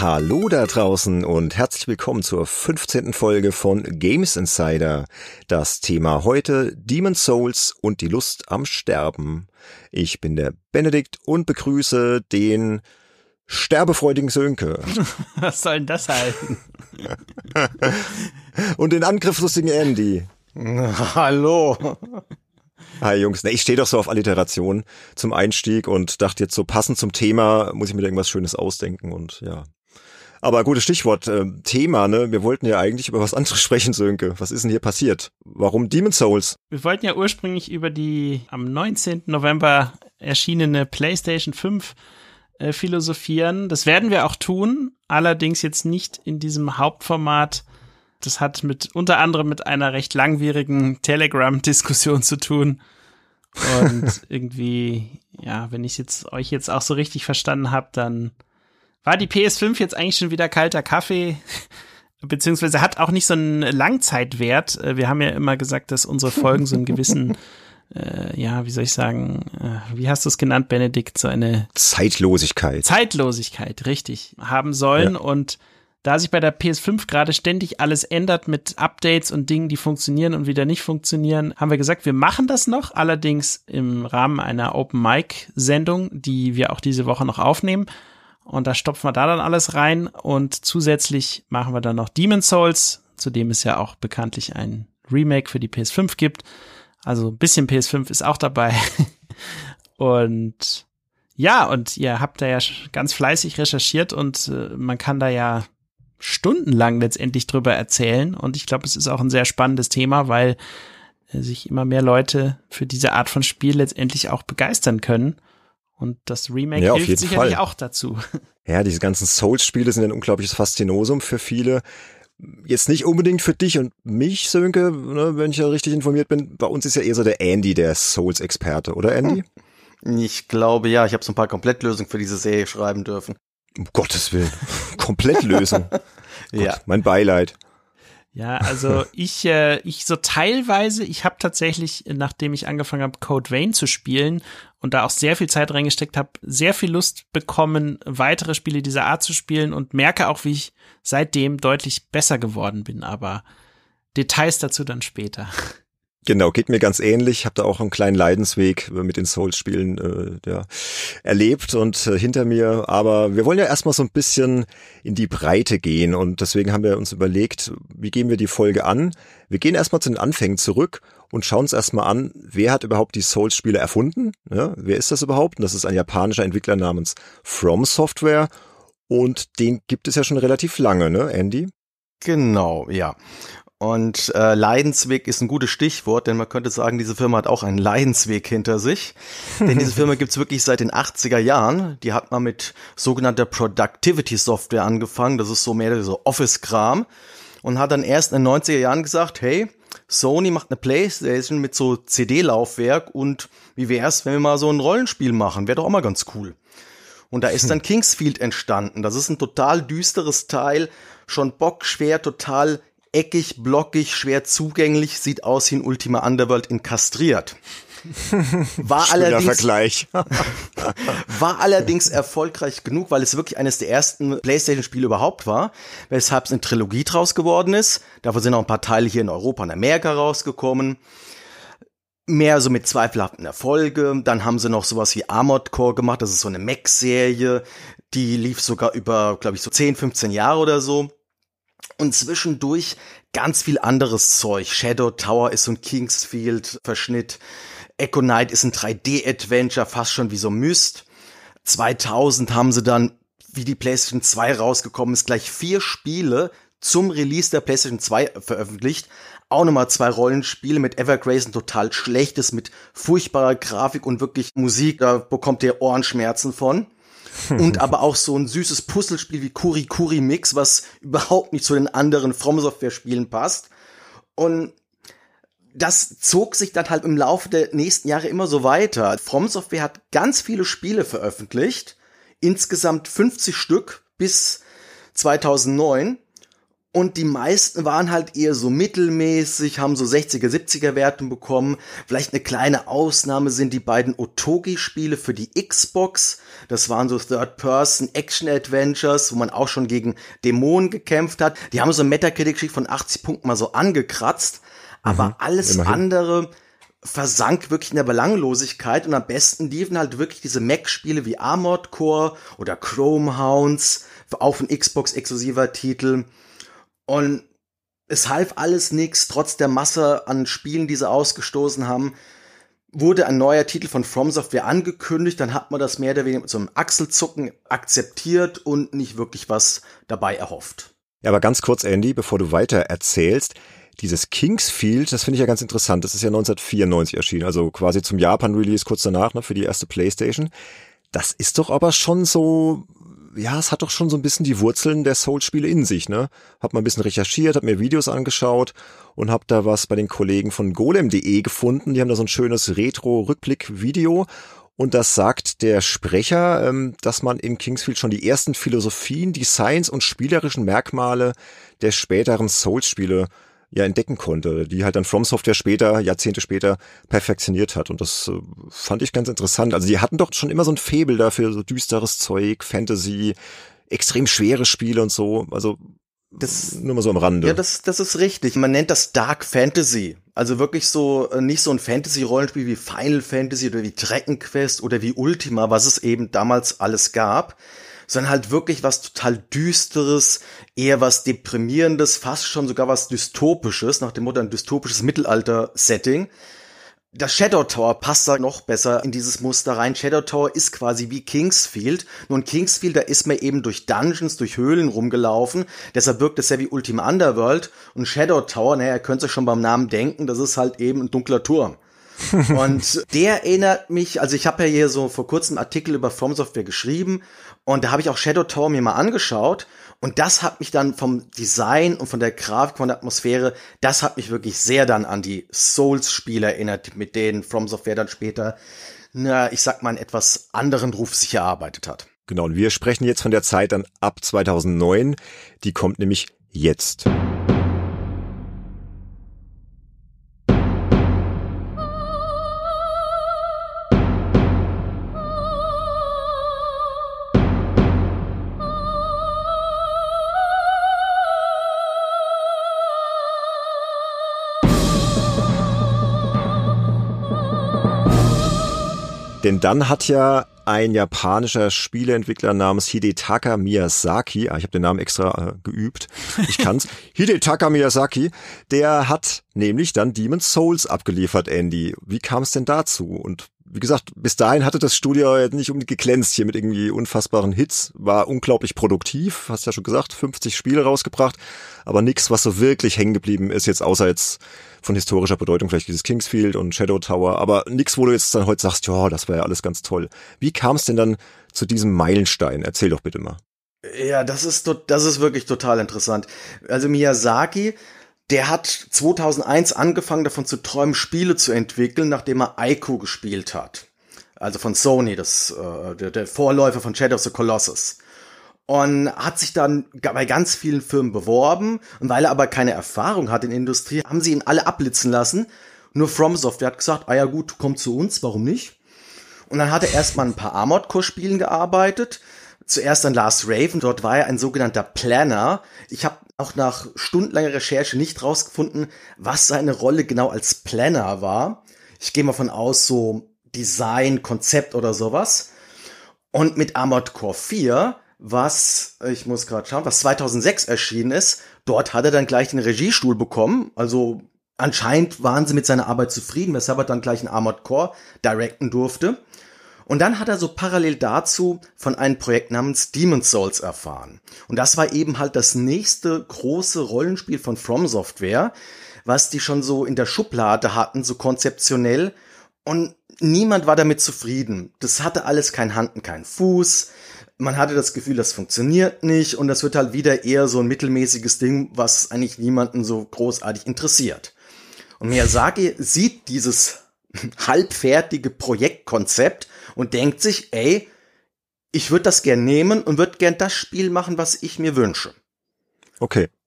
Hallo da draußen und herzlich willkommen zur 15. Folge von Games Insider. Das Thema heute Demon's Souls und die Lust am Sterben. Ich bin der Benedikt und begrüße den sterbefreudigen Sönke. Was soll denn das heißen? Und den angriffslustigen Andy. Hallo. Hi Jungs, ich stehe doch so auf Alliteration zum Einstieg und dachte jetzt so passend zum Thema muss ich mir irgendwas Schönes ausdenken und ja. Aber gutes Stichwort, Thema, ne? Wir wollten ja eigentlich über was anderes sprechen, Sönke. Was ist denn hier passiert? Warum Demon's Souls? Wir wollten ja ursprünglich über die am 19. November erschienene PlayStation 5 philosophieren. Das werden wir auch tun, allerdings jetzt nicht in diesem Hauptformat. Das hat unter anderem mit einer recht langwierigen Telegram-Diskussion zu tun. Und irgendwie, ja, wenn ich euch jetzt auch so richtig verstanden habe, dann war die PS5 jetzt eigentlich schon wieder kalter Kaffee, beziehungsweise hat auch nicht so einen Langzeitwert. Wir haben ja immer gesagt, dass unsere Folgen so einen gewissen, wie soll ich sagen, wie hast du es genannt, Benedikt, so eine Zeitlosigkeit, richtig, haben sollen. Ja. Und da sich bei der PS5 gerade ständig alles ändert mit Updates und Dingen, die funktionieren und wieder nicht funktionieren, haben wir gesagt, wir machen das noch, allerdings im Rahmen einer Open-Mic-Sendung, die wir auch diese Woche noch aufnehmen. Und da stopfen wir da dann alles rein und zusätzlich machen wir dann noch Demon's Souls, zu dem es ja auch bekanntlich ein Remake für die PS5 gibt. Also ein bisschen PS5 ist auch dabei. Und ja, und ihr habt da ja ganz fleißig recherchiert und man kann da ja stundenlang letztendlich drüber erzählen. Und ich glaube, es ist auch ein sehr spannendes Thema, weil sich immer mehr Leute für diese Art von Spiel letztendlich auch begeistern können. Und das Remake hilft sicherlich auch dazu. Ja, diese ganzen Souls-Spiele sind ein unglaubliches Faszinosum für viele. Jetzt nicht unbedingt für dich und mich, Sönke, ne, wenn ich ja richtig informiert bin. Bei uns ist ja eher so der Andy der Souls-Experte, oder Andy? Ich glaube, ja. Ich habe so ein paar Komplettlösungen für diese Serie schreiben dürfen. Um Gottes Willen. Komplettlösung. Ja. Gott, mein Beileid. Ja, also ich so teilweise, ich habe tatsächlich, nachdem ich angefangen habe, Code Vein zu spielen und da auch sehr viel Zeit reingesteckt habe, sehr viel Lust bekommen, weitere Spiele dieser Art zu spielen und merke auch, wie ich seitdem deutlich besser geworden bin, aber Details dazu dann später. Genau, geht mir ganz ähnlich. Ich habe da auch einen kleinen Leidensweg mit den Souls-Spielen erlebt und hinter mir. Aber wir wollen ja erstmal so ein bisschen in die Breite gehen und deswegen haben wir uns überlegt, wie gehen wir die Folge an? Wir gehen erstmal zu den Anfängen zurück und schauen uns erstmal an, wer hat überhaupt die Souls-Spiele erfunden? Ja, wer ist das überhaupt? Und das ist ein japanischer Entwickler namens From Software und den gibt es ja schon relativ lange, ne, Andy? Genau, ja. Und Leidensweg ist ein gutes Stichwort, denn man könnte sagen, diese Firma hat auch einen Leidensweg hinter sich. Denn diese Firma gibt's wirklich seit den 80er Jahren. Die hat mal mit sogenannter Productivity Software angefangen. Das ist so mehr so Office-Kram. Und hat dann erst in den 90er Jahren gesagt, hey, Sony macht eine Playstation mit so CD-Laufwerk und wie wär's, wenn wir mal so ein Rollenspiel machen? Wäre doch auch mal ganz cool. Und da ist dann Kingsfield entstanden. Das ist ein total düsteres Teil, schon bockschwer, total eckig, blockig, schwer zugänglich, sieht aus wie ein Ultima Underworld in kastriert. War allerdings erfolgreich genug, weil es wirklich eines der ersten PlayStation-Spiele überhaupt war, weshalb es eine Trilogie draus geworden ist. Davon sind auch ein paar Teile hier in Europa und Amerika rausgekommen. Mehr so mit zweifelhaften Erfolge. Dann haben sie noch sowas wie Armored Core gemacht, das ist so eine Mech-Serie, die lief sogar über, glaube ich, so 10, 15 Jahre oder so. Und zwischendurch ganz viel anderes Zeug. Shadow Tower ist so ein Kingsfield-Verschnitt. Echo Knight ist ein 3D-Adventure, fast schon wie so Myst. 2000 haben sie dann, wie die PlayStation 2 rausgekommen ist, gleich 4 Spiele zum Release der PlayStation 2 veröffentlicht. Auch nochmal 2 Rollenspiele mit Evergrace, ein total schlechtes, mit furchtbarer Grafik und wirklich Musik. Da bekommt ihr Ohrenschmerzen von. Und aber auch so ein süßes Puzzlespiel wie Kuri Kuri Mix, was überhaupt nicht zu den anderen From Software Spielen passt. Und das zog sich dann halt im Laufe der nächsten Jahre immer so weiter. From Software hat ganz viele Spiele veröffentlicht, insgesamt 50 Stück bis 2009. Und die meisten waren halt eher so mittelmäßig, haben so 60er, 70er Wertung bekommen. Vielleicht eine kleine Ausnahme sind die beiden Otogi-Spiele für die Xbox. Das waren so Third-Person-Action-Adventures, wo man auch schon gegen Dämonen gekämpft hat. Die haben so einen Metacritic von 80 Punkten mal so angekratzt. Aber alles immerhin. andere versank wirklich in der Belanglosigkeit. Und am besten liefen halt wirklich diese Mech-Spiele wie Armored Core oder Chrome Hounds, auch ein Xbox-exklusiver Titel. Und es half alles nichts, trotz der Masse an Spielen, die sie ausgestoßen haben, wurde ein neuer Titel von From Software angekündigt, dann hat man das mehr oder weniger mit so einem Achselzucken akzeptiert und nicht wirklich was dabei erhofft. Ja, aber ganz kurz, Andy, bevor du weiter erzählst, dieses Kingsfield, das finde ich ja ganz interessant, das ist ja 1994 erschienen, also quasi zum Japan-Release kurz danach, ne, für die erste PlayStation. Das ist doch aber schon so... Ja, es hat doch schon so ein bisschen die Wurzeln der Souls-Spiele in sich, ne? Hab mal ein bisschen recherchiert, hab mir Videos angeschaut und hab da was bei den Kollegen von golem.de gefunden. Die haben da so ein schönes Retro-Rückblick-Video und das sagt der Sprecher, dass man in Kingsfield schon die ersten Philosophien, Designs und spielerischen Merkmale der späteren Souls-Spiele ja entdecken konnte, die halt dann From Software später, Jahrzehnte später perfektioniert hat. Und das fand ich ganz interessant. Also die hatten doch schon immer so ein Faible dafür, so düsteres Zeug, Fantasy, extrem schwere Spiele und so. Also das nur mal so am Rande. Ja, das ist richtig. Man nennt das Dark Fantasy. Also wirklich so, nicht so ein Fantasy-Rollenspiel wie Final Fantasy oder wie Dragon Quest oder wie Ultima, was es eben damals alles gab, sondern halt wirklich was total Düsteres, eher was Deprimierendes, fast schon sogar was Dystopisches, nach dem Motto ein dystopisches Mittelalter-Setting. Das Shadow Tower passt da noch besser in dieses Muster rein. Shadow Tower ist quasi wie Kingsfield. Nur in Kingsfield, da ist man eben durch Dungeons, durch Höhlen rumgelaufen. Deshalb wirkt es sehr wie Ultima Underworld. Und Shadow Tower, naja, ihr könnt euch schon beim Namen denken, das ist halt eben ein dunkler Turm. Und der erinnert mich, also ich habe ja hier so vor kurzem einen Artikel über From Software geschrieben und da habe ich auch Shadow Tower mir mal angeschaut und das hat mich dann vom Design und von der Grafik, von der Atmosphäre, das hat mich wirklich sehr dann an die Souls-Spiele erinnert, mit denen From Software dann später, ich sag mal, einen etwas anderen Ruf sich erarbeitet hat. Genau, und wir sprechen jetzt von der Zeit dann ab 2009, die kommt nämlich jetzt. Denn dann hat ja ein japanischer Spieleentwickler namens Hidetaka Miyazaki, ich habe den Namen extra geübt, ich kann's, Hidetaka Miyazaki, der hat nämlich dann Demon's Souls abgeliefert, Andy. Wie kam es denn dazu? Und wie gesagt, bis dahin hatte das Studio jetzt nicht unbedingt geglänzt hier mit irgendwie unfassbaren Hits, war unglaublich produktiv, hast ja schon gesagt, 50 Spiele rausgebracht, aber nix, was so wirklich hängen geblieben ist, jetzt außer jetzt von historischer Bedeutung, vielleicht dieses Kingsfield und Shadow Tower, aber nix, wo du jetzt dann heute sagst, ja, das war ja alles ganz toll. Wie kam es denn dann zu diesem Meilenstein? Erzähl doch bitte mal. Ja, das ist wirklich total interessant. Also Miyazaki, der hat 2001 angefangen, davon zu träumen, Spiele zu entwickeln, nachdem er Ico gespielt hat. Also von Sony, der Vorläufer von Shadow of the Colossus. Und hat sich dann bei ganz vielen Firmen beworben. Und weil er aber keine Erfahrung hat in der Industrie, haben sie ihn alle abblitzen lassen. Nur From Software hat gesagt, ja gut, komm zu uns, warum nicht? Und dann hat er erstmal ein paar Armored Core Spielen gearbeitet. Zuerst an Last Raven, dort war er ein sogenannter Planner. Ich habe auch nach stundenlanger Recherche nicht rausgefunden, was seine Rolle genau als Planner war. Ich gehe mal von aus, so Design, Konzept oder sowas. Und mit Armored Core 4, was 2006 erschienen ist, dort hat er dann gleich den Regiestuhl bekommen. Also anscheinend waren sie mit seiner Arbeit zufrieden, weshalb er dann gleich einen Armored Core directen durfte. Und dann hat er so parallel dazu von einem Projekt namens Demon's Souls erfahren. Und das war eben halt das nächste große Rollenspiel von From Software, was die schon so in der Schublade hatten, so konzeptionell. Und niemand war damit zufrieden. Das hatte alles kein Hand und kein Fuß. Man hatte das Gefühl, das funktioniert nicht. Und das wird halt wieder eher so ein mittelmäßiges Ding, was eigentlich niemanden so großartig interessiert. Und Miyazaki sieht dieses halbfertige Projektkonzept und denkt sich, ich würde das gern nehmen und würde gern das Spiel machen, was ich mir wünsche. Okay.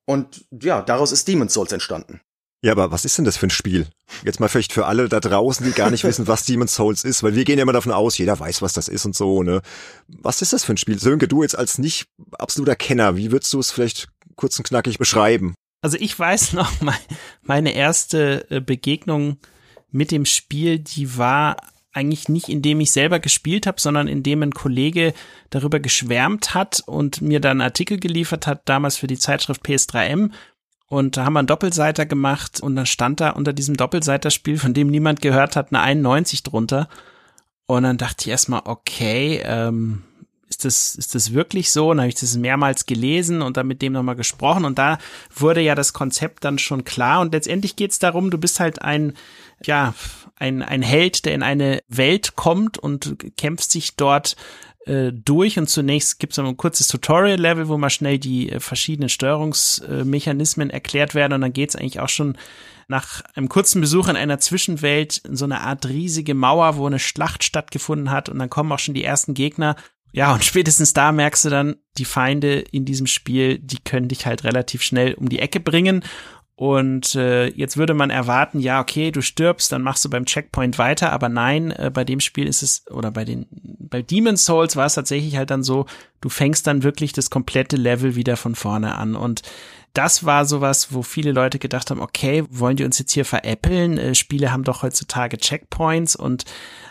Und ja, daraus ist Demon's Souls entstanden. Ja, aber was ist denn das für ein Spiel? Jetzt mal vielleicht für alle da draußen, die gar nicht wissen, was Demon's Souls ist, weil wir gehen ja immer davon aus, jeder weiß, was das ist und so, ne? Was ist das für ein Spiel? Sönke, du jetzt als nicht absoluter Kenner, wie würdest du es vielleicht kurz und knackig beschreiben? Also ich weiß noch, meine erste Begegnung mit dem Spiel, die war eigentlich nicht, indem ich selber gespielt habe, sondern indem ein Kollege darüber geschwärmt hat und mir dann einen Artikel geliefert hat, damals für die Zeitschrift PS3M. Und da haben wir einen Doppelseiter gemacht und dann stand da unter diesem Doppelseiterspiel, von dem niemand gehört hat, eine 91 drunter. Und dann dachte ich erstmal, okay, ist das wirklich so? Und dann habe ich das mehrmals gelesen und dann mit dem nochmal gesprochen. Und da wurde ja das Konzept dann schon klar. Und letztendlich geht es darum, du bist halt ein Held, der in eine Welt kommt und kämpft sich dort durch, und zunächst gibt es ein kurzes Tutorial-Level, wo mal schnell die verschiedenen Steuerungsmechanismen erklärt werden, und dann geht es eigentlich auch schon nach einem kurzen Besuch in einer Zwischenwelt in so eine Art riesige Mauer, wo eine Schlacht stattgefunden hat, und dann kommen auch schon die ersten Gegner. Ja, und spätestens da merkst du dann, die Feinde in diesem Spiel, die können dich halt relativ schnell um die Ecke bringen. Und jetzt würde man erwarten, ja, okay, du stirbst, dann machst du beim Checkpoint weiter, aber nein, bei dem Spiel ist es, oder bei Demon's Souls war es tatsächlich halt dann so, du fängst dann wirklich das komplette Level wieder von vorne an. Und das war sowas, wo viele Leute gedacht haben, okay, wollen die uns jetzt hier veräppeln? Spiele haben doch heutzutage Checkpoints und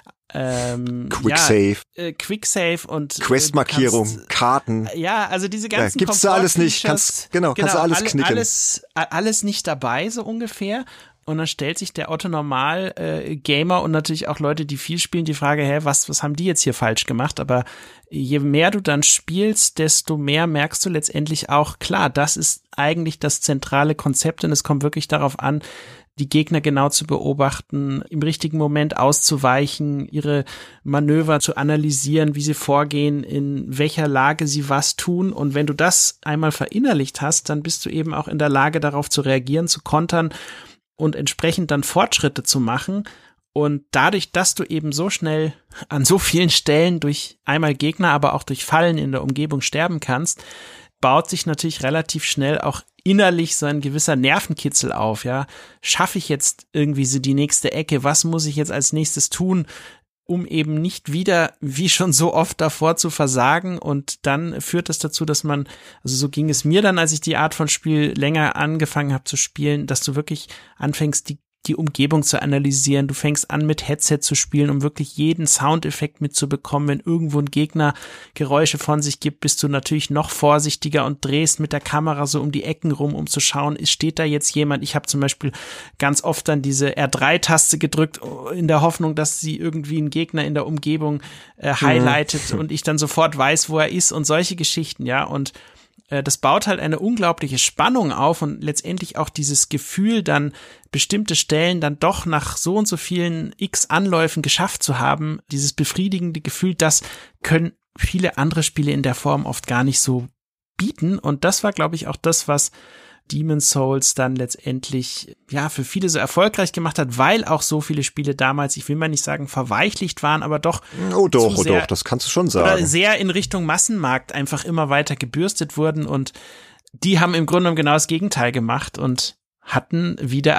Quicksave und Questmarkierung, Karten. Ja, also diese ganzen gibt's da alles nicht. Kannst du alles knicken. Alles nicht dabei, so ungefähr. Und dann stellt sich der Otto Normal-Gamer und natürlich auch Leute, die viel spielen, die Frage, was haben die jetzt hier falsch gemacht? Aber je mehr du dann spielst, desto mehr merkst du letztendlich auch, klar, das ist eigentlich das zentrale Konzept, und es kommt wirklich darauf an, die Gegner genau zu beobachten, im richtigen Moment auszuweichen, ihre Manöver zu analysieren, wie sie vorgehen, in welcher Lage sie was tun. Und wenn du das einmal verinnerlicht hast, dann bist du eben auch in der Lage, darauf zu reagieren, zu kontern und entsprechend dann Fortschritte zu machen. Und dadurch, dass du eben so schnell an so vielen Stellen durch einmal Gegner, aber auch durch Fallen in der Umgebung sterben kannst, baut sich natürlich relativ schnell auch innerlich so ein gewisser Nervenkitzel auf, ja. Schaffe ich jetzt irgendwie so die nächste Ecke? Was muss ich jetzt als nächstes tun, um eben nicht wieder, wie schon so oft davor, zu versagen? Und dann führt das dazu, dass man, also so ging es mir dann, als ich die Art von Spiel länger angefangen habe zu spielen, dass du wirklich anfängst, die Umgebung zu analysieren. Du fängst an, mit Headset zu spielen, um wirklich jeden Soundeffekt mitzubekommen. Wenn irgendwo ein Gegner Geräusche von sich gibt, bist du natürlich noch vorsichtiger und drehst mit der Kamera so um die Ecken rum, um zu schauen, steht da jetzt jemand? Ich habe zum Beispiel ganz oft dann diese R3-Taste gedrückt, in der Hoffnung, dass sie irgendwie einen Gegner in der Umgebung highlightet und ich dann sofort weiß, wo er ist, und solche Geschichten, ja. Und das baut halt eine unglaubliche Spannung auf und letztendlich auch dieses Gefühl, dann bestimmte Stellen dann doch nach so und so vielen x Anläufen geschafft zu haben, dieses befriedigende Gefühl, das können viele andere Spiele in der Form oft gar nicht so bieten. Und das war, glaube ich, auch das, was Demon's Souls dann letztendlich ja für viele so erfolgreich gemacht hat, weil auch so viele Spiele damals, ich will mal nicht sagen verweichlicht waren, aber doch doch, das kannst du schon sagen. Sehr in Richtung Massenmarkt einfach immer weiter gebürstet wurden, und die haben im Grunde genommen genau das Gegenteil gemacht und hatten wieder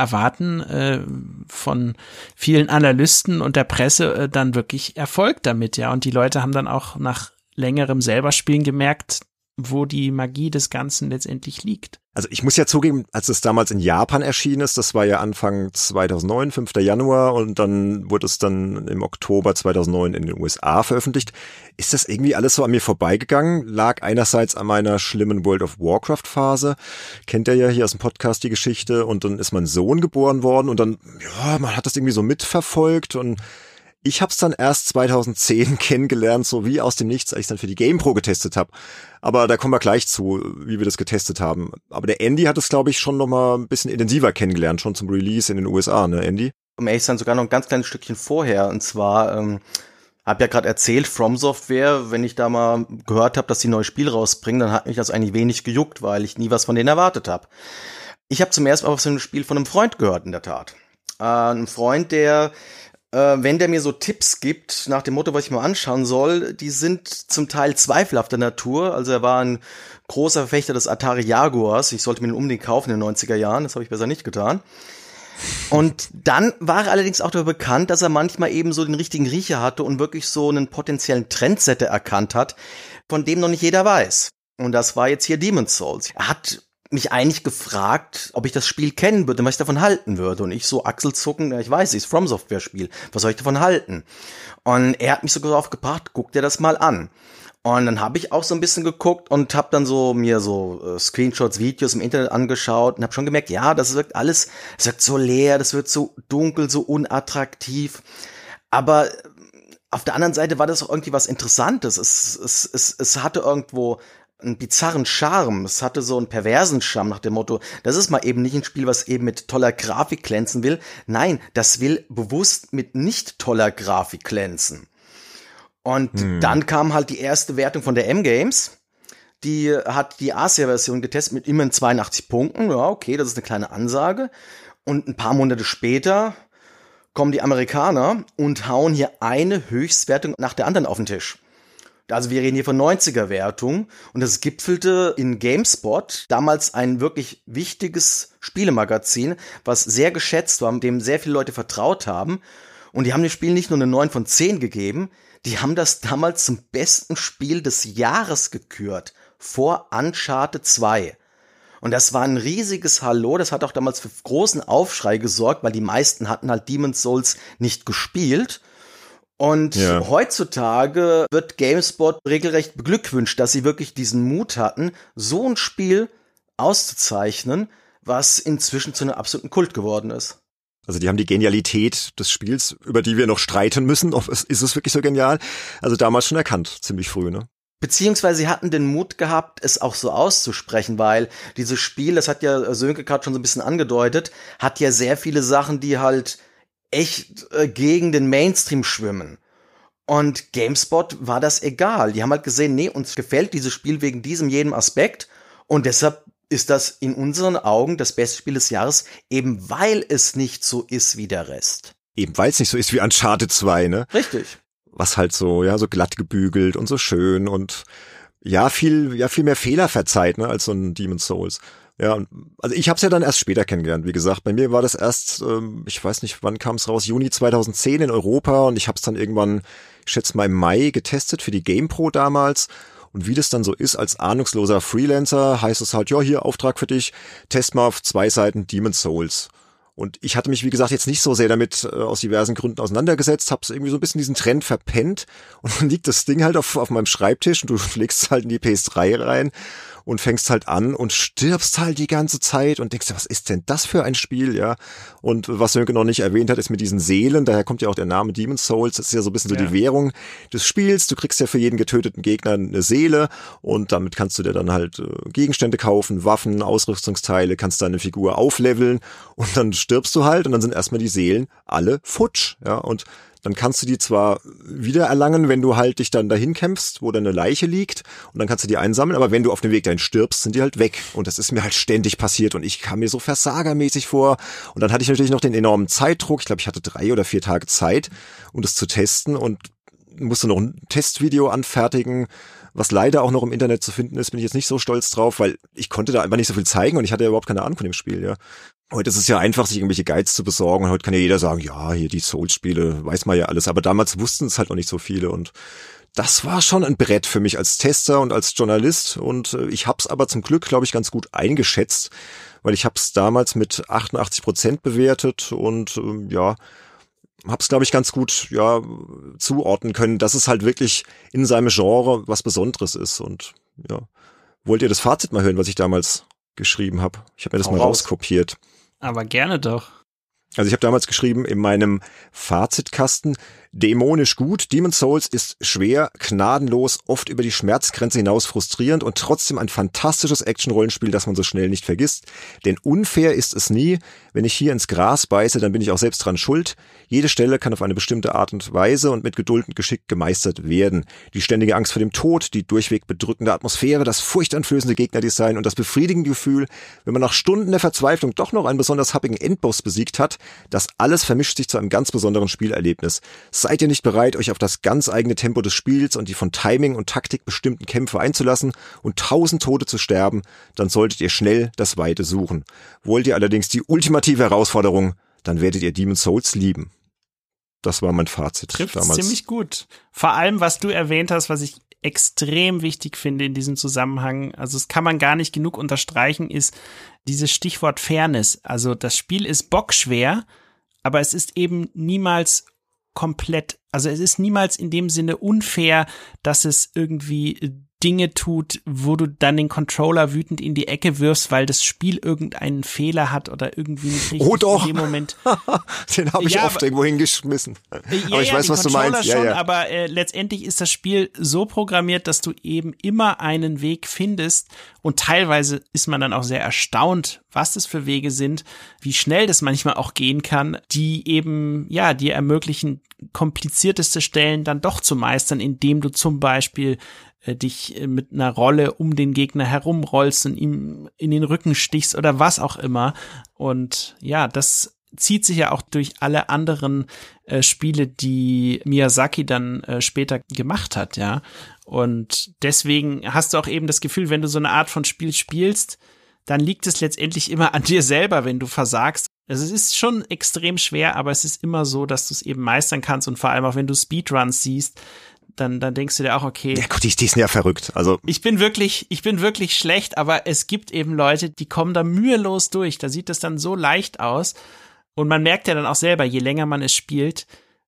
erwarten von vielen Analysten und der Presse dann wirklich Erfolg damit, ja, und die Leute haben dann auch nach längerem selber Spielen gemerkt, wo die Magie des Ganzen letztendlich liegt. Also ich muss ja zugeben, als es damals in Japan erschienen ist, das war ja Anfang 2009, 5. Januar, und dann wurde es dann im Oktober 2009 in den USA veröffentlicht. Ist das irgendwie alles so an mir vorbeigegangen? Lag einerseits an meiner schlimmen World of Warcraft Phase, kennt ihr ja hier aus dem Podcast die Geschichte, und dann ist mein Sohn geboren worden und dann, ja, man hat das irgendwie so mitverfolgt, und ich hab's dann erst 2010 kennengelernt, so wie aus dem Nichts, als ich dann für die GamePro getestet habe. Aber da kommen wir gleich zu, wie wir das getestet haben. Aber der Andy hat es, glaube ich, schon noch mal ein bisschen intensiver kennengelernt, schon zum Release in den USA, ne, Andy? Um ehrlich zu sein, sogar noch ein ganz kleines Stückchen vorher. Und zwar, hab ja gerade erzählt, From Software, wenn ich da mal gehört habe, dass die ein neues Spiel rausbringen, dann hat mich das eigentlich wenig gejuckt, weil ich nie was von denen erwartet habe. Ich habe zum ersten Mal was von einem Spiel von einem Freund gehört, in der Tat. Ein Freund, der wenn der mir so Tipps gibt, nach dem Motto, was ich mir anschauen soll, die sind zum Teil zweifelhafter Natur. Also er war ein großer Verfechter des Atari Jaguars. Ich sollte mir den unbedingt kaufen in den 90er Jahren. Das habe ich besser nicht getan. Und dann war er allerdings auch darüber bekannt, dass er manchmal eben so den richtigen Riecher hatte und wirklich so einen potenziellen Trendsetter erkannt hat, von dem noch nicht jeder weiß. Und das war jetzt hier Demon's Souls. Er hat mich eigentlich gefragt, ob ich das Spiel kennen würde, was ich davon halten würde. Und ich so achselzucken, ich weiß, es ist From Software Spiel, was soll ich davon halten? Und er hat mich sogar darauf gebracht, guck dir das mal an. Und dann habe ich auch so ein bisschen geguckt und habe dann so mir so Screenshots, Videos im Internet angeschaut und habe schon gemerkt, ja, das wirkt alles, es wirkt so leer, das wird so dunkel, so unattraktiv. Aber auf der anderen Seite war das auch irgendwie was Interessantes. Es hatte irgendwo einen bizarren Charme. Es hatte so einen perversen Charme nach dem Motto, das ist mal eben nicht ein Spiel, was eben mit toller Grafik glänzen will. Nein, das will bewusst mit nicht toller Grafik glänzen. Und dann kam halt die erste Wertung von der M-Games. Die hat die Asia-Version getestet mit immerhin 82 Punkten. Ja, okay, das ist eine kleine Ansage. Und ein paar Monate später kommen die Amerikaner und hauen hier eine Höchstwertung nach der anderen auf den Tisch. Also wir reden hier von 90er-Wertung und das gipfelte in GameSpot, damals ein wirklich wichtiges Spielemagazin, was sehr geschätzt war, dem sehr viele Leute vertraut haben. Und die haben dem Spiel nicht nur eine 9 von 10 gegeben, die haben das damals zum besten Spiel des Jahres gekürt, vor Uncharted 2. Und das war ein riesiges Hallo, das hat auch damals für großen Aufschrei gesorgt, weil die meisten hatten halt Demon's Souls nicht gespielt. Und heutzutage wird GameSpot regelrecht beglückwünscht, dass sie wirklich diesen Mut hatten, so ein Spiel auszuzeichnen, was inzwischen zu einem absoluten Kult geworden ist. Also die haben die Genialität des Spiels, über die wir noch streiten müssen, ist es wirklich so genial, also damals schon erkannt, ziemlich früh, ne? Beziehungsweise sie hatten den Mut gehabt, es auch so auszusprechen, weil dieses Spiel, das hat ja Sönke gerade schon so ein bisschen angedeutet, hat ja sehr viele Sachen, die halt echt gegen den Mainstream schwimmen. Und GameSpot war das egal. Die haben halt gesehen, nee, uns gefällt dieses Spiel wegen diesem jedem Aspekt und deshalb ist das in unseren Augen das beste Spiel des Jahres, eben weil es nicht so ist wie der Rest. Eben weil es nicht so ist wie Uncharted 2, ne? Richtig. Was halt so, ja, so glatt gebügelt und so schön und viel mehr Fehler verzeiht, ne, als so ein Demon's Souls. Ja, also ich habe es ja dann erst später kennengelernt, wie gesagt. Bei mir war das erst, ich weiß nicht, wann kam es raus, Juni 2010 in Europa und ich habe es dann irgendwann, ich schätze mal im Mai getestet für die GamePro damals. Und wie das dann so ist, als ahnungsloser Freelancer, heißt es halt, ja, hier, Auftrag für dich, test mal auf 2 Seiten Demon's Souls. Und ich hatte mich, wie gesagt, jetzt nicht so sehr damit aus diversen Gründen auseinandergesetzt, hab's irgendwie so ein bisschen diesen Trend verpennt und dann liegt das Ding halt auf meinem Schreibtisch und du legst es halt in die PS3 rein und fängst halt an und stirbst halt die ganze Zeit und denkst dir, was ist denn das für ein Spiel, ja? Und was Sönke noch nicht erwähnt hat, ist mit diesen Seelen, daher kommt ja auch der Name Demon's Souls, das ist ja so ein bisschen so die Währung des Spiels, du kriegst ja für jeden getöteten Gegner eine Seele und damit kannst du dir dann halt Gegenstände kaufen, Waffen, Ausrüstungsteile, kannst deine Figur aufleveln und dann stirbst du halt und dann sind erstmal die Seelen alle futsch, ja, und dann kannst du die zwar wieder erlangen, wenn du halt dich dann dahin kämpfst, wo dann eine Leiche liegt und dann kannst du die einsammeln, aber wenn du auf dem Weg dahin stirbst, sind die halt weg und das ist mir halt ständig passiert und ich kam mir so versagermäßig vor und dann hatte ich natürlich noch den enormen Zeitdruck, ich glaube, ich hatte 3 oder 4 Tage Zeit, um das zu testen und musste noch ein Testvideo anfertigen, was leider auch noch im Internet zu finden ist, bin ich jetzt nicht so stolz drauf, weil ich konnte da einfach nicht so viel zeigen und ich hatte ja überhaupt keine Ahnung von dem Spiel, ja. Heute ist es ja einfach, sich irgendwelche Guides zu besorgen und heute kann ja jeder sagen, ja, hier die Souls-Spiele, weiß man ja alles, aber damals wussten es halt noch nicht so viele und das war schon ein Brett für mich als Tester und als Journalist und ich hab's aber zum Glück, glaube ich, ganz gut eingeschätzt, weil ich hab's damals mit 88% bewertet und hab's, glaube ich, ganz gut zuordnen können, dass es halt wirklich in seinem Genre was Besonderes ist und ja. Wollt ihr das Fazit mal hören, was ich damals geschrieben habe? Ich habe mir das mal rauskopiert. Aber gerne doch. Also ich habe damals geschrieben in meinem Fazitkasten, dämonisch gut. Demon's Souls ist schwer, gnadenlos, oft über die Schmerzgrenze hinaus frustrierend und trotzdem ein fantastisches Action-Rollenspiel, das man so schnell nicht vergisst. Denn unfair ist es nie. Wenn ich hier ins Gras beiße, dann bin ich auch selbst dran schuld. Jede Stelle kann auf eine bestimmte Art und Weise und mit Geduld und Geschick gemeistert werden. Die ständige Angst vor dem Tod, die durchweg bedrückende Atmosphäre, das furchteinflößende Gegnerdesign und das befriedigende Gefühl, wenn man nach Stunden der Verzweiflung doch noch einen besonders happigen Endboss besiegt hat, das alles vermischt sich zu einem ganz besonderen Spielerlebnis. Seid ihr nicht bereit, euch auf das ganz eigene Tempo des Spiels und die von Timing und Taktik bestimmten Kämpfe einzulassen und 1000 Tote zu sterben, dann solltet ihr schnell das Weite suchen. Wollt ihr allerdings die ultimative Herausforderung, dann werdet ihr Demon's Souls lieben. Das war mein Fazit Trifft's damals. Ziemlich gut. Vor allem, was du erwähnt hast, was ich extrem wichtig finde in diesem Zusammenhang, also das kann man gar nicht genug unterstreichen, ist dieses Stichwort Fairness. Also das Spiel ist bockschwer, aber es ist eben niemals komplett, also es ist niemals in dem Sinne unfair, dass es irgendwie Dinge tut, wo du dann den Controller wütend in die Ecke wirfst, weil das Spiel irgendeinen Fehler hat oder irgendwie nicht richtig oh doch. in dem Moment. Den habe ich oft irgendwo hingeschmissen. Aber ich weiß, was du meinst. Schon, aber letztendlich ist das Spiel so programmiert, dass du eben immer einen Weg findest und teilweise ist man dann auch sehr erstaunt, was das für Wege sind, wie schnell das manchmal auch gehen kann, die eben, ja, dir ermöglichen, komplizierteste Stellen dann doch zu meistern, indem du zum Beispiel dich mit einer Rolle um den Gegner herumrollst und ihm in den Rücken stichst oder was auch immer. Und ja, das zieht sich ja auch durch alle anderen Spiele, die Miyazaki dann später gemacht hat, ja. Und deswegen hast du auch eben das Gefühl, wenn du so eine Art von Spiel spielst, dann liegt es letztendlich immer an dir selber, wenn du versagst. Also es ist schon extrem schwer, aber es ist immer so, dass du es eben meistern kannst und vor allem auch wenn du Speedruns siehst, dann denkst du dir auch, okay. Ja gut, die sind ja verrückt. Also ich bin wirklich schlecht, aber es gibt eben Leute, die kommen da mühelos durch. Da sieht das dann so leicht aus. Und man merkt ja dann auch selber, je länger man es spielt,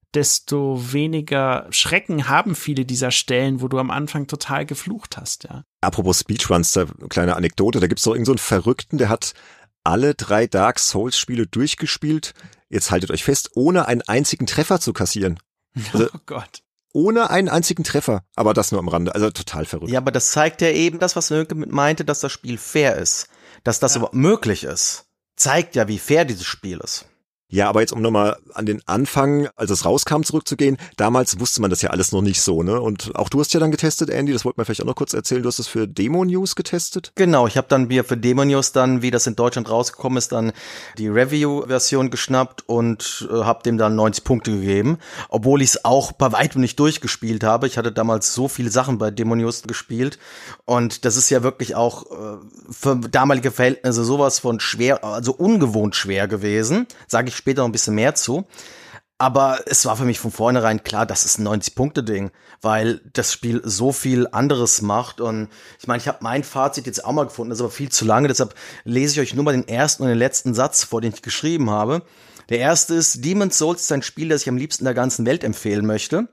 desto weniger Schrecken haben viele dieser Stellen, wo du am Anfang total geflucht hast, ja. Apropos Speedruns, da kleine Anekdote, da gibt's doch irgend so einen Verrückten, der hat alle 3 Dark Souls Spiele durchgespielt. Jetzt haltet euch fest, ohne einen einzigen Treffer zu kassieren. Also, oh Gott. Ohne einen einzigen Treffer, aber das nur am Rande, also total verrückt. Ja, aber das zeigt ja eben das, was Nöke meinte, dass das Spiel fair ist. Dass das überhaupt möglich ist. Zeigt ja, wie fair dieses Spiel ist. Ja, aber jetzt um nochmal an den Anfang, als es rauskam, zurückzugehen, damals wusste man das ja alles noch nicht so, ne? Und auch du hast ja dann getestet, Andy, das wollten wir vielleicht auch noch kurz erzählen, du hast es für Demo News getestet? Genau, ich habe dann für Demo News dann, wie das in Deutschland rausgekommen ist, dann die Review-Version geschnappt und habe dem dann 90 Punkte gegeben, obwohl ich es auch bei weitem nicht durchgespielt habe. Ich hatte damals so viele Sachen bei Demo News gespielt und das ist ja wirklich auch für damalige Verhältnisse sowas von schwer, also ungewohnt schwer gewesen, sage ich später noch ein bisschen mehr zu. Aber es war für mich von vornherein klar, das ist ein 90-Punkte-Ding, weil das Spiel so viel anderes macht. Und ich meine, ich habe mein Fazit jetzt auch mal gefunden, das ist aber viel zu lange, deshalb lese ich euch nur mal den ersten und den letzten Satz vor, den ich geschrieben habe. Der erste ist, Demon's Souls ist ein Spiel, das ich am liebsten der ganzen Welt empfehlen möchte.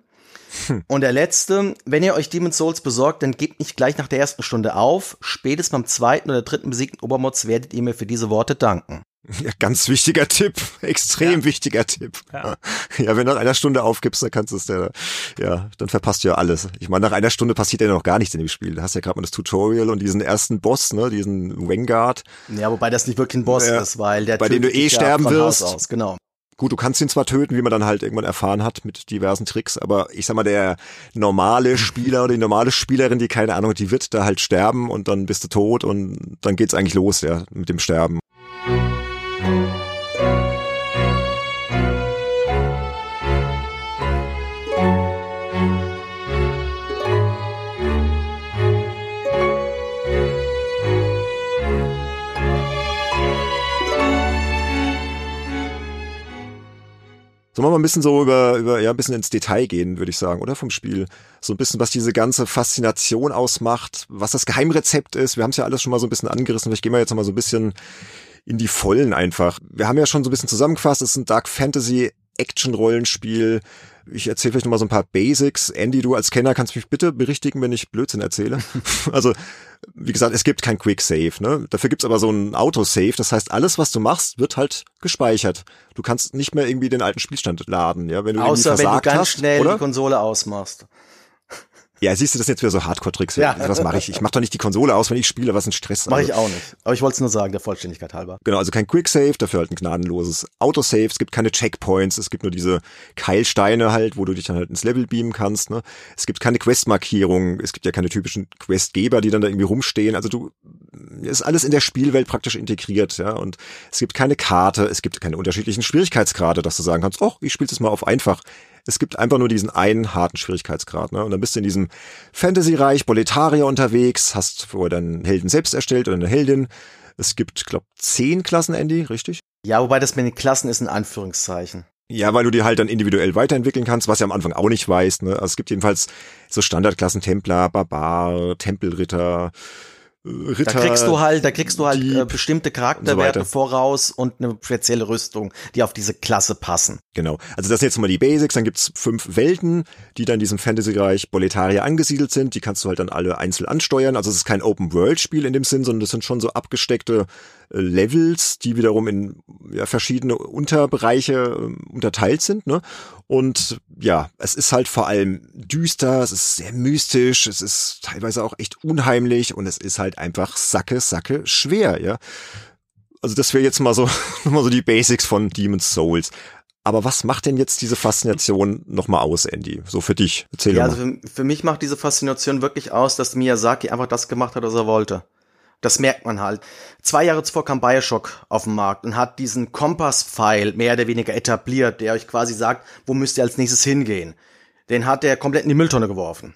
Und der letzte, wenn ihr euch Demon's Souls besorgt, dann gebt nicht gleich nach der ersten Stunde auf. Spätestens beim 2. oder 3. besiegten Obermods werdet ihr mir für diese Worte danken. Ja, ganz wichtiger Tipp, extrem wichtiger Tipp. Ja, wenn du nach einer Stunde aufgibst, dann kannst du es dann verpasst du ja alles. Ich meine, nach einer Stunde passiert ja noch gar nichts in dem Spiel. Du hast ja gerade mal das Tutorial und diesen ersten Boss, ne, diesen Vanguard. Ja, wobei das nicht wirklich ein Boss ist, weil der bei dem du sterben wirst. Aus, genau. Gut, du kannst ihn zwar töten, wie man dann halt irgendwann erfahren hat mit diversen Tricks, aber ich sag mal, der normale Spieler oder die normale Spielerin, die keine Ahnung, die wird da halt sterben und dann bist du tot und dann geht's eigentlich los, ja, mit dem Sterben. Sollen wir mal ein bisschen so ein bisschen ins Detail gehen, würde ich sagen, oder? Vom Spiel. So ein bisschen, was diese ganze Faszination ausmacht, was das Geheimrezept ist. Wir haben es ja alles schon mal so ein bisschen angerissen. Vielleicht gehen wir jetzt noch mal so ein bisschen in die Vollen einfach. Wir haben ja schon so ein bisschen zusammengefasst, es ist ein Dark Fantasy Action-Rollenspiel Ich erzähle vielleicht nochmal so ein paar Basics. Andy, du als Kenner kannst mich bitte berichtigen, wenn ich Blödsinn erzähle. Also, wie gesagt, es gibt kein Quick Save, ne? Dafür gibt's aber so ein Autosave. Das heißt, alles, was du machst, wird halt gespeichert. Du kannst nicht mehr irgendwie den alten Spielstand laden, ja? Wenn du irgendwie Außer versagt wenn du ganz hast, schnell oder? die Konsole ausmachst. Ja, siehst du, das sind jetzt wieder so Hardcore-Tricks. Ja. Was mache ich? Ich mache doch nicht die Konsole aus, wenn ich spiele, was ein Stress. Mache ich auch nicht. Aber ich wollte es nur sagen, der Vollständigkeit halber. Genau, also kein Quick-Save, dafür halt ein gnadenloses Autosave. Es gibt keine Checkpoints, es gibt nur diese Keilsteine halt, wo du dich dann halt ins Level beamen kannst. Ne? Es gibt keine Questmarkierung, es gibt ja keine typischen Questgeber, die dann da irgendwie rumstehen. Also ist alles in der Spielwelt praktisch integriert. Ja, und es gibt keine Karte, es gibt keine unterschiedlichen Schwierigkeitsgrade, dass du sagen kannst, oh, ich spiele das mal auf einfach. Es gibt einfach nur diesen einen harten Schwierigkeitsgrad, ne? Und dann bist du in diesem Fantasy-Reich Boletaria unterwegs, hast vorher deinen Helden selbst erstellt oder eine Heldin. Es gibt, glaube 10 Klassen, Andy, richtig? Ja, wobei das mit den Klassen ist in Anführungszeichen. Ja, weil du die halt dann individuell weiterentwickeln kannst, was du am Anfang auch nicht weißt, ne? Also es gibt jedenfalls so Standardklassen, Templer, Barbar, Tempelritter, Ritter. Da kriegst du halt bestimmte Charakterwerte so voraus und eine spezielle Rüstung, die auf diese Klasse passen. Genau. Also das sind jetzt mal die Basics. Dann gibt's 5 Welten, die dann in diesem Fantasy-Reich Boletaria angesiedelt sind. Die kannst du halt dann alle einzeln ansteuern. Also es ist kein Open-World-Spiel in dem Sinn, sondern das sind schon so abgesteckte Levels, die wiederum in verschiedene Unterbereiche unterteilt sind, ne? Und ja, es ist halt vor allem düster, es ist sehr mystisch, es ist teilweise auch echt unheimlich und es ist halt einfach sacke schwer, ja. Also das wäre jetzt mal so die Basics von Demon's Souls. Aber was macht denn jetzt diese Faszination nochmal aus, Andy? So für dich, erzähl Ja, mal. also für mich macht diese Faszination wirklich aus, dass Miyazaki einfach das gemacht hat, was er wollte. Das merkt man halt. 2 Jahre zuvor kam Bioshock auf den Markt und hat diesen Kompass-Pfeil mehr oder weniger etabliert, der euch quasi sagt, wo müsst ihr als nächstes hingehen. Den hat er komplett in die Mülltonne geworfen.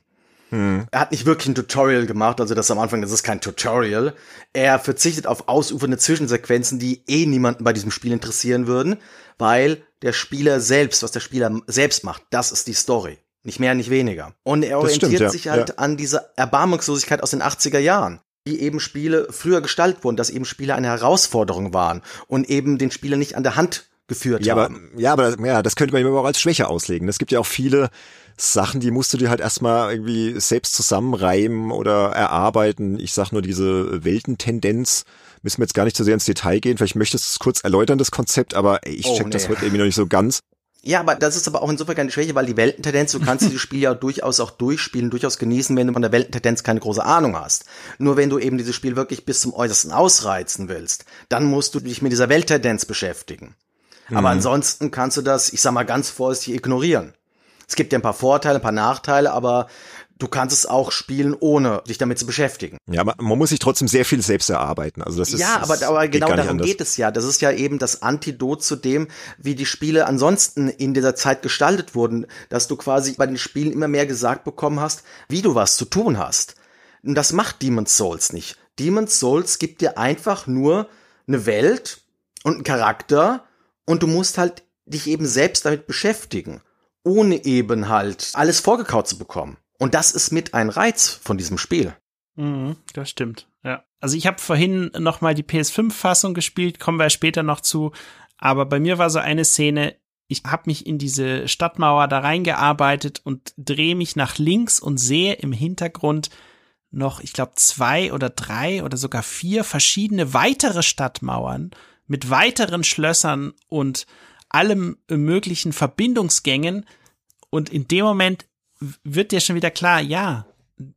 Er hat nicht wirklich ein Tutorial gemacht, also das am Anfang, das ist kein Tutorial. Er verzichtet auf ausufernde Zwischensequenzen, die niemanden bei diesem Spiel interessieren würden, weil der Spieler selbst, was der Spieler selbst macht, das ist die Story. Nicht mehr, nicht weniger. Und er orientiert sich halt an dieser Erbarmungslosigkeit aus den 80er Jahren. Wie eben Spiele früher gestaltet wurden, dass eben Spiele eine Herausforderung waren und eben den Spieler nicht an der Hand geführt haben. Aber das könnte man immer auch als Schwäche auslegen. Es gibt ja auch viele Sachen, die musst du dir halt erstmal irgendwie selbst zusammenreimen oder erarbeiten. Ich sag nur diese Weltentendenz. Müssen wir jetzt gar nicht so sehr ins Detail gehen. Vielleicht möchtest du es kurz erläutern, das Konzept, aber ich check das heute irgendwie noch nicht so ganz. Ja, aber das ist aber auch insofern keine Schwäche, weil die Weltentendenz, du kannst dieses Spiel ja durchaus auch durchspielen, durchaus genießen, wenn du von der Weltentendenz keine große Ahnung hast. Nur wenn du eben dieses Spiel wirklich bis zum Äußersten ausreizen willst, dann musst du dich mit dieser Welttendenz beschäftigen. Aber ansonsten kannst du das, ich sag mal ganz vorsichtig, ignorieren. Es gibt ja ein paar Vorteile, ein paar Nachteile, aber du kannst es auch spielen, ohne dich damit zu beschäftigen. Ja, aber man muss sich trotzdem sehr viel selbst erarbeiten. Also das ist, ja, aber genau darum geht es ja. Das ist ja eben das Antidot zu dem, wie die Spiele ansonsten in dieser Zeit gestaltet wurden, dass du quasi bei den Spielen immer mehr gesagt bekommen hast, wie du was zu tun hast. Und das macht Demon's Souls nicht. Demon's Souls gibt dir einfach nur eine Welt und einen Charakter und du musst halt dich eben selbst damit beschäftigen, ohne eben halt alles vorgekaut zu bekommen. Und das ist mit ein Reiz von diesem Spiel. Das stimmt, ja. Also ich habe vorhin noch mal die PS5-Fassung gespielt, kommen wir später noch zu. Aber bei mir war so eine Szene, ich habe mich in diese Stadtmauer da reingearbeitet und drehe mich nach links und sehe im Hintergrund noch, ich glaube, 2 oder 3 oder sogar 4 verschiedene weitere Stadtmauern mit weiteren Schlössern und allem möglichen Verbindungsgängen. Und in dem Moment wird dir schon wieder klar, ja,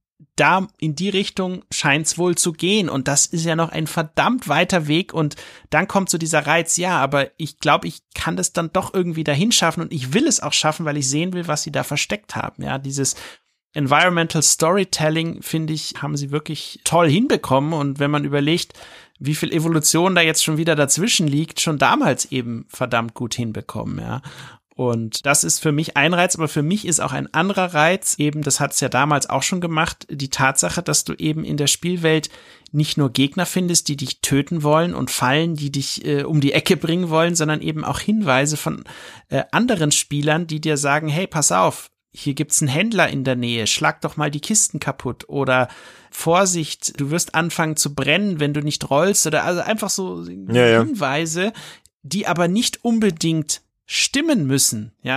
da in die Richtung scheint's wohl zu gehen und das ist ja noch ein verdammt weiter Weg und dann kommt so dieser Reiz, ja, aber ich glaube, ich kann das dann doch irgendwie dahin schaffen und ich will es auch schaffen, weil ich sehen will, was sie da versteckt haben, ja, dieses Environmental Storytelling, finde ich, haben sie wirklich toll hinbekommen und wenn man überlegt, wie viel Evolution da jetzt schon wieder dazwischen liegt, schon damals eben verdammt gut hinbekommen, ja. Und das ist für mich ein Reiz, aber für mich ist auch ein anderer Reiz, eben, das hat es ja damals auch schon gemacht, die Tatsache, dass du eben in der Spielwelt nicht nur Gegner findest, die dich töten wollen und Fallen, die dich um die Ecke bringen wollen, sondern eben auch Hinweise von anderen Spielern, die dir sagen, hey, pass auf, hier gibt's einen Händler in der Nähe, schlag doch mal die Kisten kaputt oder Vorsicht, du wirst anfangen zu brennen, wenn du nicht rollst oder also einfach so Hinweise, die aber nicht unbedingt stimmen müssen, ja,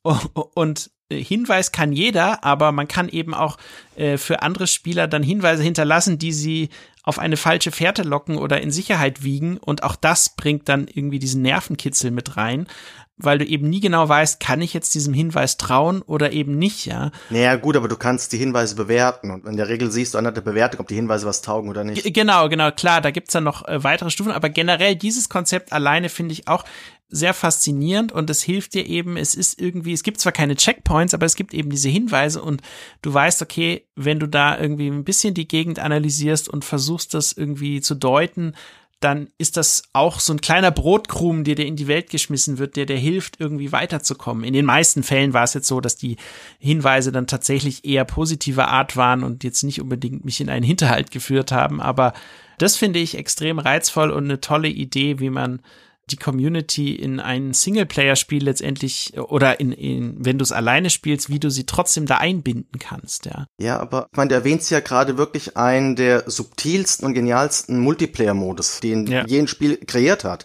Und Hinweis kann jeder, aber man kann eben auch für andere Spieler dann Hinweise hinterlassen, die sie auf eine falsche Fährte locken oder in Sicherheit wiegen. Und auch das bringt dann irgendwie diesen Nervenkitzel mit rein, weil du eben nie genau weißt, kann ich jetzt diesem Hinweis trauen oder eben nicht, ja. Naja, gut, aber du kannst die Hinweise bewerten und in der Regel siehst du anhand der Bewertung, ob die Hinweise was taugen oder nicht. Genau, klar, da gibt's dann noch weitere Stufen, aber generell dieses Konzept alleine finde ich auch sehr faszinierend und es hilft dir eben, es gibt zwar keine Checkpoints, aber es gibt eben diese Hinweise und du weißt, okay, wenn du da irgendwie ein bisschen die Gegend analysierst und versuchst das irgendwie zu deuten, dann ist das auch so ein kleiner Brotkrumen, der dir in die Welt geschmissen wird, der dir hilft, irgendwie weiterzukommen. In den meisten Fällen war es jetzt so, dass die Hinweise dann tatsächlich eher positiver Art waren und jetzt nicht unbedingt mich in einen Hinterhalt geführt haben, aber das finde ich extrem reizvoll und eine tolle Idee, wie man die Community in ein Singleplayer-Spiel letztendlich oder wenn du es alleine spielst, wie du sie trotzdem da einbinden kannst, ja. Ja, aber ich meine, du erwähnst ja gerade wirklich einen der subtilsten und genialsten Multiplayer-Modus, den jedes Spiel kreiert hat.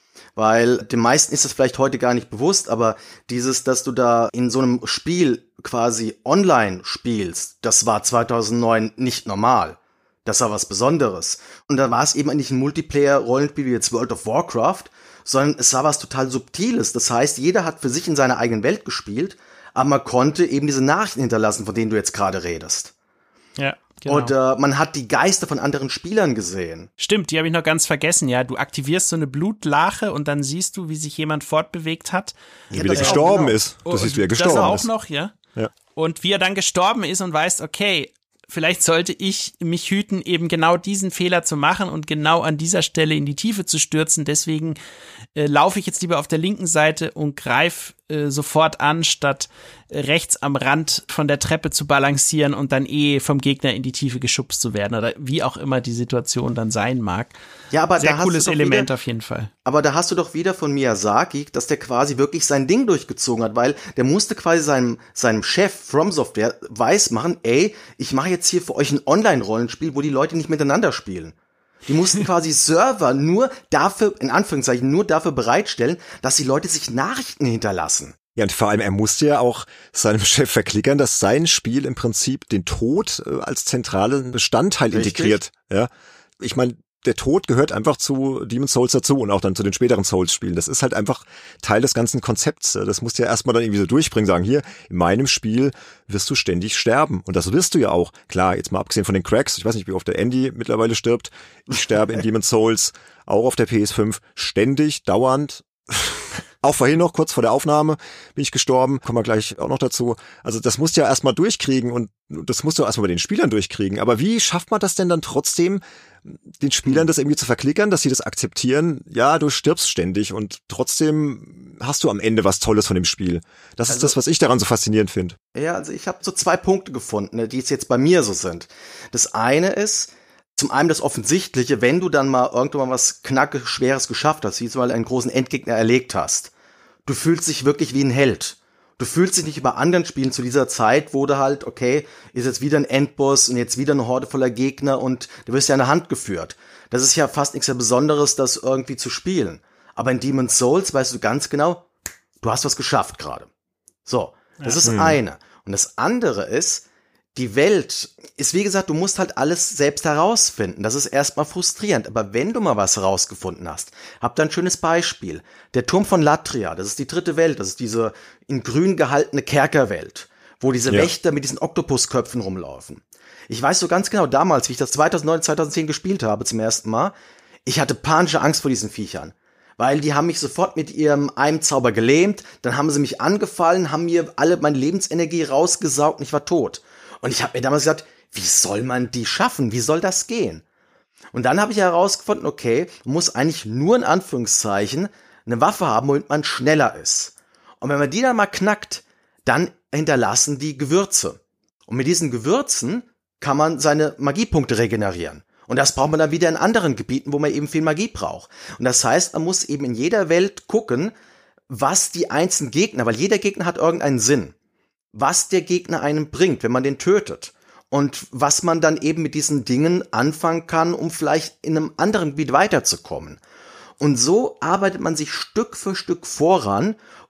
Weil den meisten ist es vielleicht heute gar nicht bewusst, aber dass du da in so einem Spiel quasi online spielst, das war 2009 nicht normal. Das war was Besonderes. Und da war es eben nicht ein Multiplayer-Rollenspiel wie jetzt World of Warcraft, sondern es war was total Subtiles. Das heißt, jeder hat für sich in seiner eigenen Welt gespielt, aber man konnte eben diese Nachrichten hinterlassen, von denen du jetzt gerade redest. Ja, genau. Und man hat die Geister von anderen Spielern gesehen. Stimmt, die habe ich noch ganz vergessen, ja. Du aktivierst so eine Blutlache und dann siehst du, wie sich jemand fortbewegt hat. Ja, wie der gestorben ist. Das siehst, wie er gestorben das auch ist. Noch, ja. Ja. Und wie er dann gestorben ist und weißt, okay, vielleicht sollte ich mich hüten, eben genau diesen Fehler zu machen und genau an dieser Stelle in die Tiefe zu stürzen. Deswegen laufe ich jetzt lieber auf der linken Seite und greife sofort an, statt rechts am Rand von der Treppe zu balancieren und dann vom Gegner in die Tiefe geschubst zu werden oder wie auch immer die Situation dann sein mag. Ja, aber sehr da cooles hast du Element wieder, auf jeden Fall. Aber da hast du doch wieder von Miyazaki, dass der quasi wirklich sein Ding durchgezogen hat, weil der musste quasi seinem Chef From Software weismachen, ey, ich mache jetzt hier für euch ein Online-Rollenspiel, wo die Leute nicht miteinander spielen. Die mussten quasi Server nur dafür, in Anführungszeichen, nur dafür bereitstellen, dass die Leute sich Nachrichten hinterlassen. Ja, und vor allem, er musste ja auch seinem Chef verklickern, dass sein Spiel im Prinzip den Tod als zentralen Bestandteil integriert. Ja, ich meine, der Tod gehört einfach zu Demon's Souls dazu und auch dann zu den späteren Souls-Spielen. Das ist halt einfach Teil des ganzen Konzepts. Das musst du ja erstmal dann irgendwie so durchbringen, sagen, hier, in meinem Spiel wirst du ständig sterben. Und das wirst du ja auch. Klar, jetzt mal abgesehen von den Cracks, ich weiß nicht, wie oft der Andy mittlerweile stirbt. Ich sterbe in Demon's Souls, auch auf der PS5, ständig, dauernd. Auch vorhin noch, kurz vor der Aufnahme, bin ich gestorben. Kommen wir gleich auch noch dazu. Also das musst du ja erstmal durchkriegen und das musst du erstmal bei den Spielern durchkriegen. Aber wie schafft man das denn dann trotzdem, den Spielern das irgendwie zu verklickern, dass sie das akzeptieren? Ja, du stirbst ständig und trotzdem hast du am Ende was Tolles von dem Spiel. Das ist das, was ich daran so faszinierend finde. Ja, also ich habe so 2 Punkte gefunden, die es jetzt bei mir so sind. Das eine ist, zum einen das Offensichtliche, wenn du dann mal irgendwann mal was Schweres geschafft hast, wie zum Beispiel einen großen Endgegner erlegt hast. Du fühlst dich wirklich wie ein Held. Du fühlst dich nicht wie bei anderen Spielen zu dieser Zeit, wo du halt, okay, ist jetzt wieder ein Endboss und jetzt wieder eine Horde voller Gegner und du wirst ja in der Hand geführt. Das ist ja fast nichts mehr Besonderes, das irgendwie zu spielen. Aber in Demon's Souls weißt du ganz genau, du hast was geschafft gerade. So, das ist das eine. Und das andere ist, die Welt ist, wie gesagt, du musst halt alles selbst herausfinden. Das ist erstmal frustrierend. Aber wenn du mal was herausgefunden hast, hab da ein schönes Beispiel. Der Turm von Latria, das ist die 3. Welt, das ist diese in grün gehaltene Kerkerwelt, wo diese Wächter mit diesen Oktopusköpfen rumlaufen. Ich weiß so ganz genau damals, wie ich das 2009, 2010 gespielt habe zum ersten Mal, ich hatte panische Angst vor diesen Viechern. Weil die haben mich sofort mit ihrem Eimzauber gelähmt, dann haben sie mich angefallen, haben mir alle meine Lebensenergie rausgesaugt und ich war tot. Und ich habe mir damals gesagt, wie soll man die schaffen? Wie soll das gehen? Und dann habe ich herausgefunden, okay, man muss eigentlich nur in Anführungszeichen eine Waffe haben, womit man schneller ist. Und wenn man die dann mal knackt, dann hinterlassen die Gewürze. Und mit diesen Gewürzen kann man seine Magiepunkte regenerieren. Und das braucht man dann wieder in anderen Gebieten, wo man eben viel Magie braucht. Und das heißt, man muss eben in jeder Welt gucken, was die einzelnen Gegner, weil jeder Gegner hat irgendeinen Sinn, was der Gegner einem bringt, wenn man den tötet. Und was man dann eben mit diesen Dingen anfangen kann, um vielleicht in einem anderen Gebiet weiterzukommen. Und so arbeitet man sich Stück für Stück voran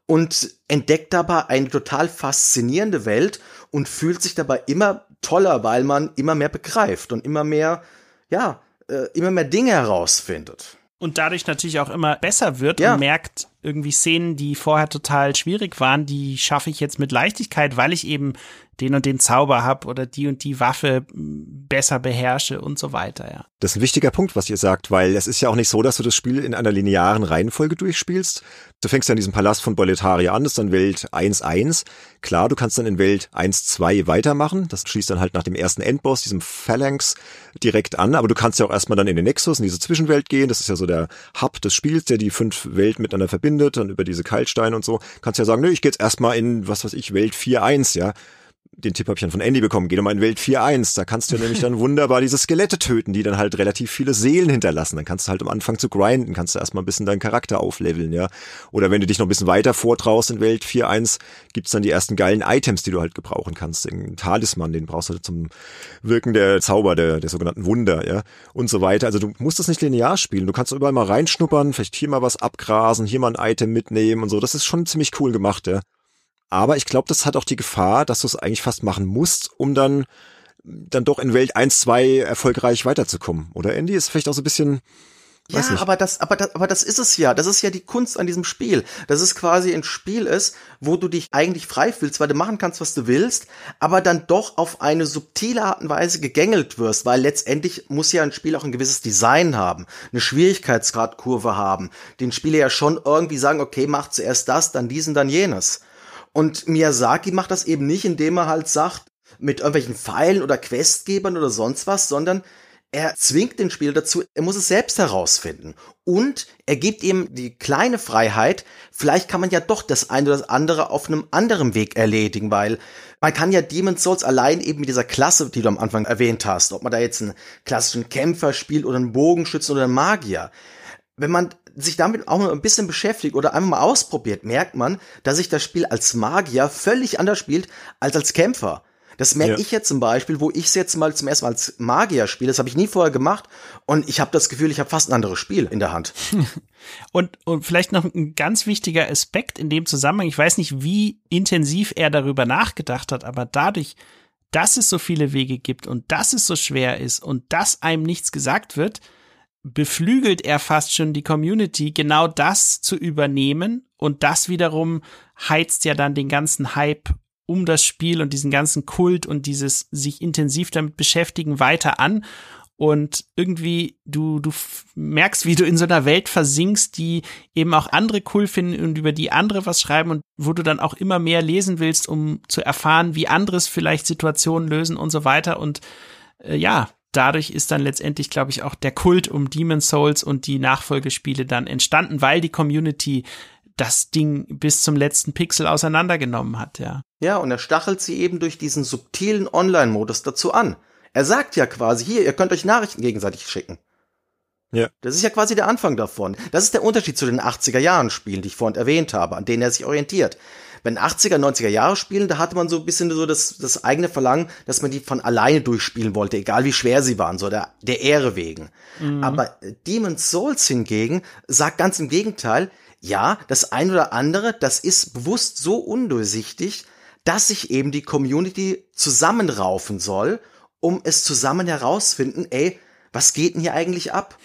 und entdeckt dabei eine total faszinierende Welt und fühlt sich dabei immer toller, weil man immer mehr begreift und immer mehr Dinge herausfindet. Und dadurch natürlich auch immer besser wird und merkt, irgendwie Szenen, die vorher total schwierig waren, die schaffe ich jetzt mit Leichtigkeit, weil ich eben den und den Zauber habe oder die und die Waffe besser beherrsche und so weiter, ja. Das ist ein wichtiger Punkt, was ihr sagt, weil es ist ja auch nicht so, dass du das Spiel in einer linearen Reihenfolge durchspielst. Du fängst ja in diesem Palast von Boletaria an, das ist dann Welt 1.1. Klar, du kannst dann in Welt 1.2 weitermachen. Das schließt dann halt nach dem ersten Endboss, diesem Phalanx, direkt an. Aber du kannst ja auch erstmal dann in den Nexus, in diese Zwischenwelt gehen. Das ist ja so der Hub des Spiels, der die 5 Welten miteinander verbindet, dann über diese Keilsteine und so. Kannst ja sagen, nö, ich gehe jetzt erstmal in, was weiß ich, Welt 4.1, ja. Den Tipp habe ich dann von Andy bekommen, geh doch mal in Welt 4.1, da kannst du nämlich dann wunderbar diese Skelette töten, die dann halt relativ viele Seelen hinterlassen. Dann kannst du halt am Anfang zu grinden, kannst du erstmal ein bisschen deinen Charakter aufleveln, ja. Oder wenn du dich noch ein bisschen weiter vortraust in Welt 4.1, gibt's dann die ersten geilen Items, die du halt gebrauchen kannst. Einen Talisman, den brauchst du zum Wirken der Zauber, der sogenannten Wunder, ja. Und so weiter. Also du musst das nicht linear spielen, du kannst überall mal reinschnuppern, vielleicht hier mal was abgrasen, hier mal ein Item mitnehmen und so. Das ist schon ziemlich cool gemacht, ja. Aber ich glaube, das hat auch die Gefahr, dass du es eigentlich fast machen musst, um dann doch in Welt 1, 2 erfolgreich weiterzukommen. Oder Andy ist vielleicht auch so ein bisschen, weiß nicht. Aber das ist es ja. Das ist ja die Kunst an diesem Spiel. Dass es quasi ein Spiel ist, wo du dich eigentlich frei fühlst, weil du machen kannst, was du willst, aber dann doch auf eine subtile Art und Weise gegängelt wirst, weil letztendlich muss ja ein Spiel auch ein gewisses Design haben, eine Schwierigkeitsgradkurve haben, den Spieler ja schon irgendwie sagen, okay, mach zuerst das, dann dies und dann jenes. Und Miyazaki macht das eben nicht, indem er halt sagt, mit irgendwelchen Pfeilen oder Questgebern oder sonst was, sondern er zwingt den Spieler dazu, er muss es selbst herausfinden. Und er gibt ihm die kleine Freiheit, vielleicht kann man ja doch das eine oder das andere auf einem anderen Weg erledigen, weil man kann ja Demon's Souls allein eben mit dieser Klasse, die du am Anfang erwähnt hast, ob man da jetzt einen klassischen Kämpfer spielt oder einen Bogenschützen oder einen Magier. Wenn man sich damit auch mal ein bisschen beschäftigt oder einfach mal ausprobiert, merkt man, dass sich das Spiel als Magier völlig anders spielt als Kämpfer. Das merke ich jetzt zum Beispiel, wo ich es jetzt mal zum ersten Mal als Magier spiele. Das habe ich nie vorher gemacht und ich habe das Gefühl, ich habe fast ein anderes Spiel in der Hand. Und vielleicht noch ein ganz wichtiger Aspekt in dem Zusammenhang. Ich weiß nicht, wie intensiv er darüber nachgedacht hat, aber dadurch, dass es so viele Wege gibt und dass es so schwer ist und dass einem nichts gesagt wird, beflügelt er fast schon die Community, genau das zu übernehmen, und das wiederum heizt ja dann den ganzen Hype um das Spiel und diesen ganzen Kult und dieses sich intensiv damit beschäftigen weiter an, und irgendwie du merkst, wie du in so einer Welt versinkst, die eben auch andere cool finden und über die andere was schreiben und wo du dann auch immer mehr lesen willst, um zu erfahren, wie anderes vielleicht Situationen lösen und so weiter, und dadurch ist dann letztendlich, glaube ich, auch der Kult um Demon's Souls und die Nachfolgespiele dann entstanden, weil die Community das Ding bis zum letzten Pixel auseinandergenommen hat, ja. Ja, und er stachelt sie eben durch diesen subtilen Online-Modus dazu an. Er sagt ja quasi, hier, ihr könnt euch Nachrichten gegenseitig schicken. Ja. Das ist ja quasi der Anfang davon. Das ist der Unterschied zu den 80er-Jahren-Spielen, die ich vorhin erwähnt habe, an denen er sich orientiert. Wenn 80er, 90er Jahre spielen, da hatte man so ein bisschen so das eigene Verlangen, dass man die von alleine durchspielen wollte, egal wie schwer sie waren, so der Ehre wegen. Mhm. Aber Demon's Souls hingegen sagt ganz im Gegenteil, ja, das ein oder andere, das ist bewusst so undurchsichtig, dass sich eben die Community zusammenraufen soll, um es zusammen herausfinden, was geht denn hier eigentlich ab?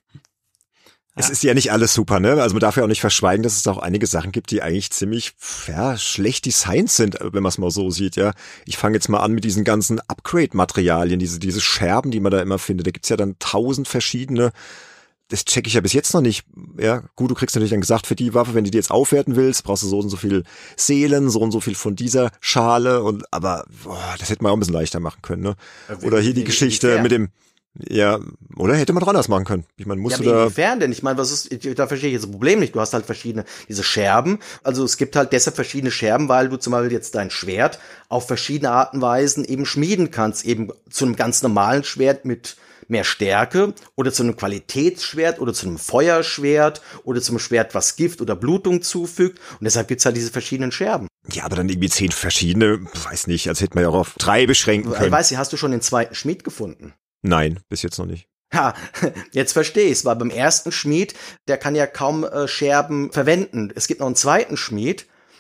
Es ist ja nicht alles super, ne? Also man darf ja auch nicht verschweigen, dass es auch einige Sachen gibt, die eigentlich ziemlich schlecht designt sind, wenn man es mal so sieht, ja. Ich fange jetzt mal an mit diesen ganzen Upgrade-Materialien, diese Scherben, die man da immer findet. Da gibt's ja dann 1000 verschiedene. Das checke ich ja bis jetzt noch nicht. Ja, gut, du kriegst natürlich dann gesagt, für die Waffe, wenn du die jetzt aufwerten willst, brauchst du so und so viel Seelen, so und so viel von dieser Schale, aber das hätte man auch ein bisschen leichter machen können, ne? Oder hier die Geschichte mit dem, ja, oder hätte man doch anders machen können. Ich meine, musst du da... Inwiefern denn? Ich meine, da verstehe ich jetzt das Problem nicht. Du hast halt diese Scherben. Also es gibt halt deshalb verschiedene Scherben, weil du zum Beispiel jetzt dein Schwert auf verschiedene Arten und Weisen eben schmieden kannst. Eben zu einem ganz normalen Schwert mit mehr Stärke oder zu einem Qualitätsschwert oder zu einem Feuerschwert oder zum Schwert, was Gift oder Blutung zufügt. Und deshalb gibt's halt diese verschiedenen Scherben. Ja, aber dann irgendwie 10 verschiedene, weiß nicht, als hätte man ja auch auf 3 beschränken können. Ich weiß nicht, hast du schon den zweiten Schmied gefunden? Nein, bis jetzt noch nicht. Ha, jetzt verstehe ich's, weil beim ersten Schmied, der kann ja kaum Scherben verwenden. Es gibt noch einen zweiten Schmied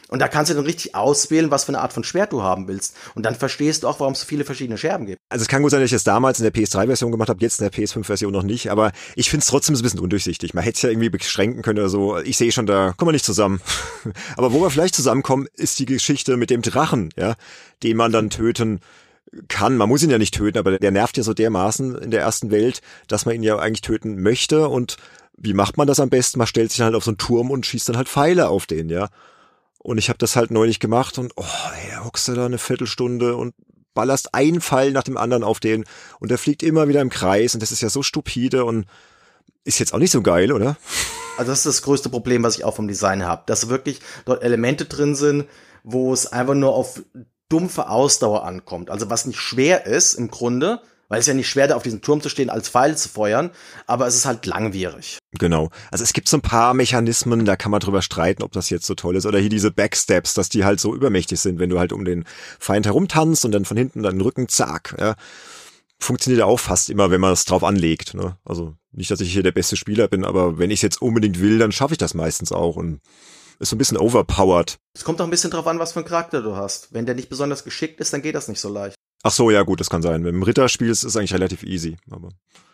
Und da kannst du dann richtig auswählen, was für eine Art von Schwert du haben willst. Und dann verstehst du auch, warum es so viele verschiedene Scherben gibt. Also es kann gut sein, dass ich das damals in der PS3-Version gemacht habe, jetzt in der PS5-Version noch nicht, aber ich finde es trotzdem so ein bisschen undurchsichtig. Man hätte es ja irgendwie beschränken können oder so. Ich sehe schon, da kommen wir nicht zusammen. Aber wo wir vielleicht zusammenkommen, ist die Geschichte mit dem Drachen, ja, den man dann töten kann. Man muss ihn ja nicht töten, aber der nervt ja so dermaßen in der ersten Welt, dass man ihn ja eigentlich töten möchte. Und wie macht man das am besten? Man stellt sich halt auf so einen Turm und schießt dann halt Pfeile auf den, ja. Und ich habe das halt neulich gemacht und da hockst du da eine Viertelstunde und ballerst einen Pfeil nach dem anderen auf den und der fliegt immer wieder im Kreis und das ist ja so stupide und ist jetzt auch nicht so geil, oder? Also das ist das größte Problem, was ich auch vom Design habe, dass wirklich dort Elemente drin sind, wo es einfach nur auf dumpfe Ausdauer ankommt. Also was nicht schwer ist im Grunde, weil es ja nicht schwer, da auf diesem Turm zu stehen, als Pfeile zu feuern, aber es ist halt langwierig. Genau. Also es gibt so ein paar Mechanismen, da kann man drüber streiten, ob das jetzt so toll ist. Oder hier diese Backsteps, dass die halt so übermächtig sind, wenn du halt um den Feind herumtanzt und dann von hinten deinen Rücken, zack, ja. Funktioniert ja auch fast immer, wenn man es drauf anlegt, ne? Also nicht, dass ich hier der beste Spieler bin, aber wenn ich es jetzt unbedingt will, dann schaffe ich das meistens auch und ist so ein bisschen overpowered. Es kommt auch ein bisschen drauf an, was für einen Charakter du hast. Wenn der nicht besonders geschickt ist, dann geht das nicht so leicht. Ach so, ja gut, das kann sein. Wenn du im Ritter spielst, ist es eigentlich relativ easy. Aber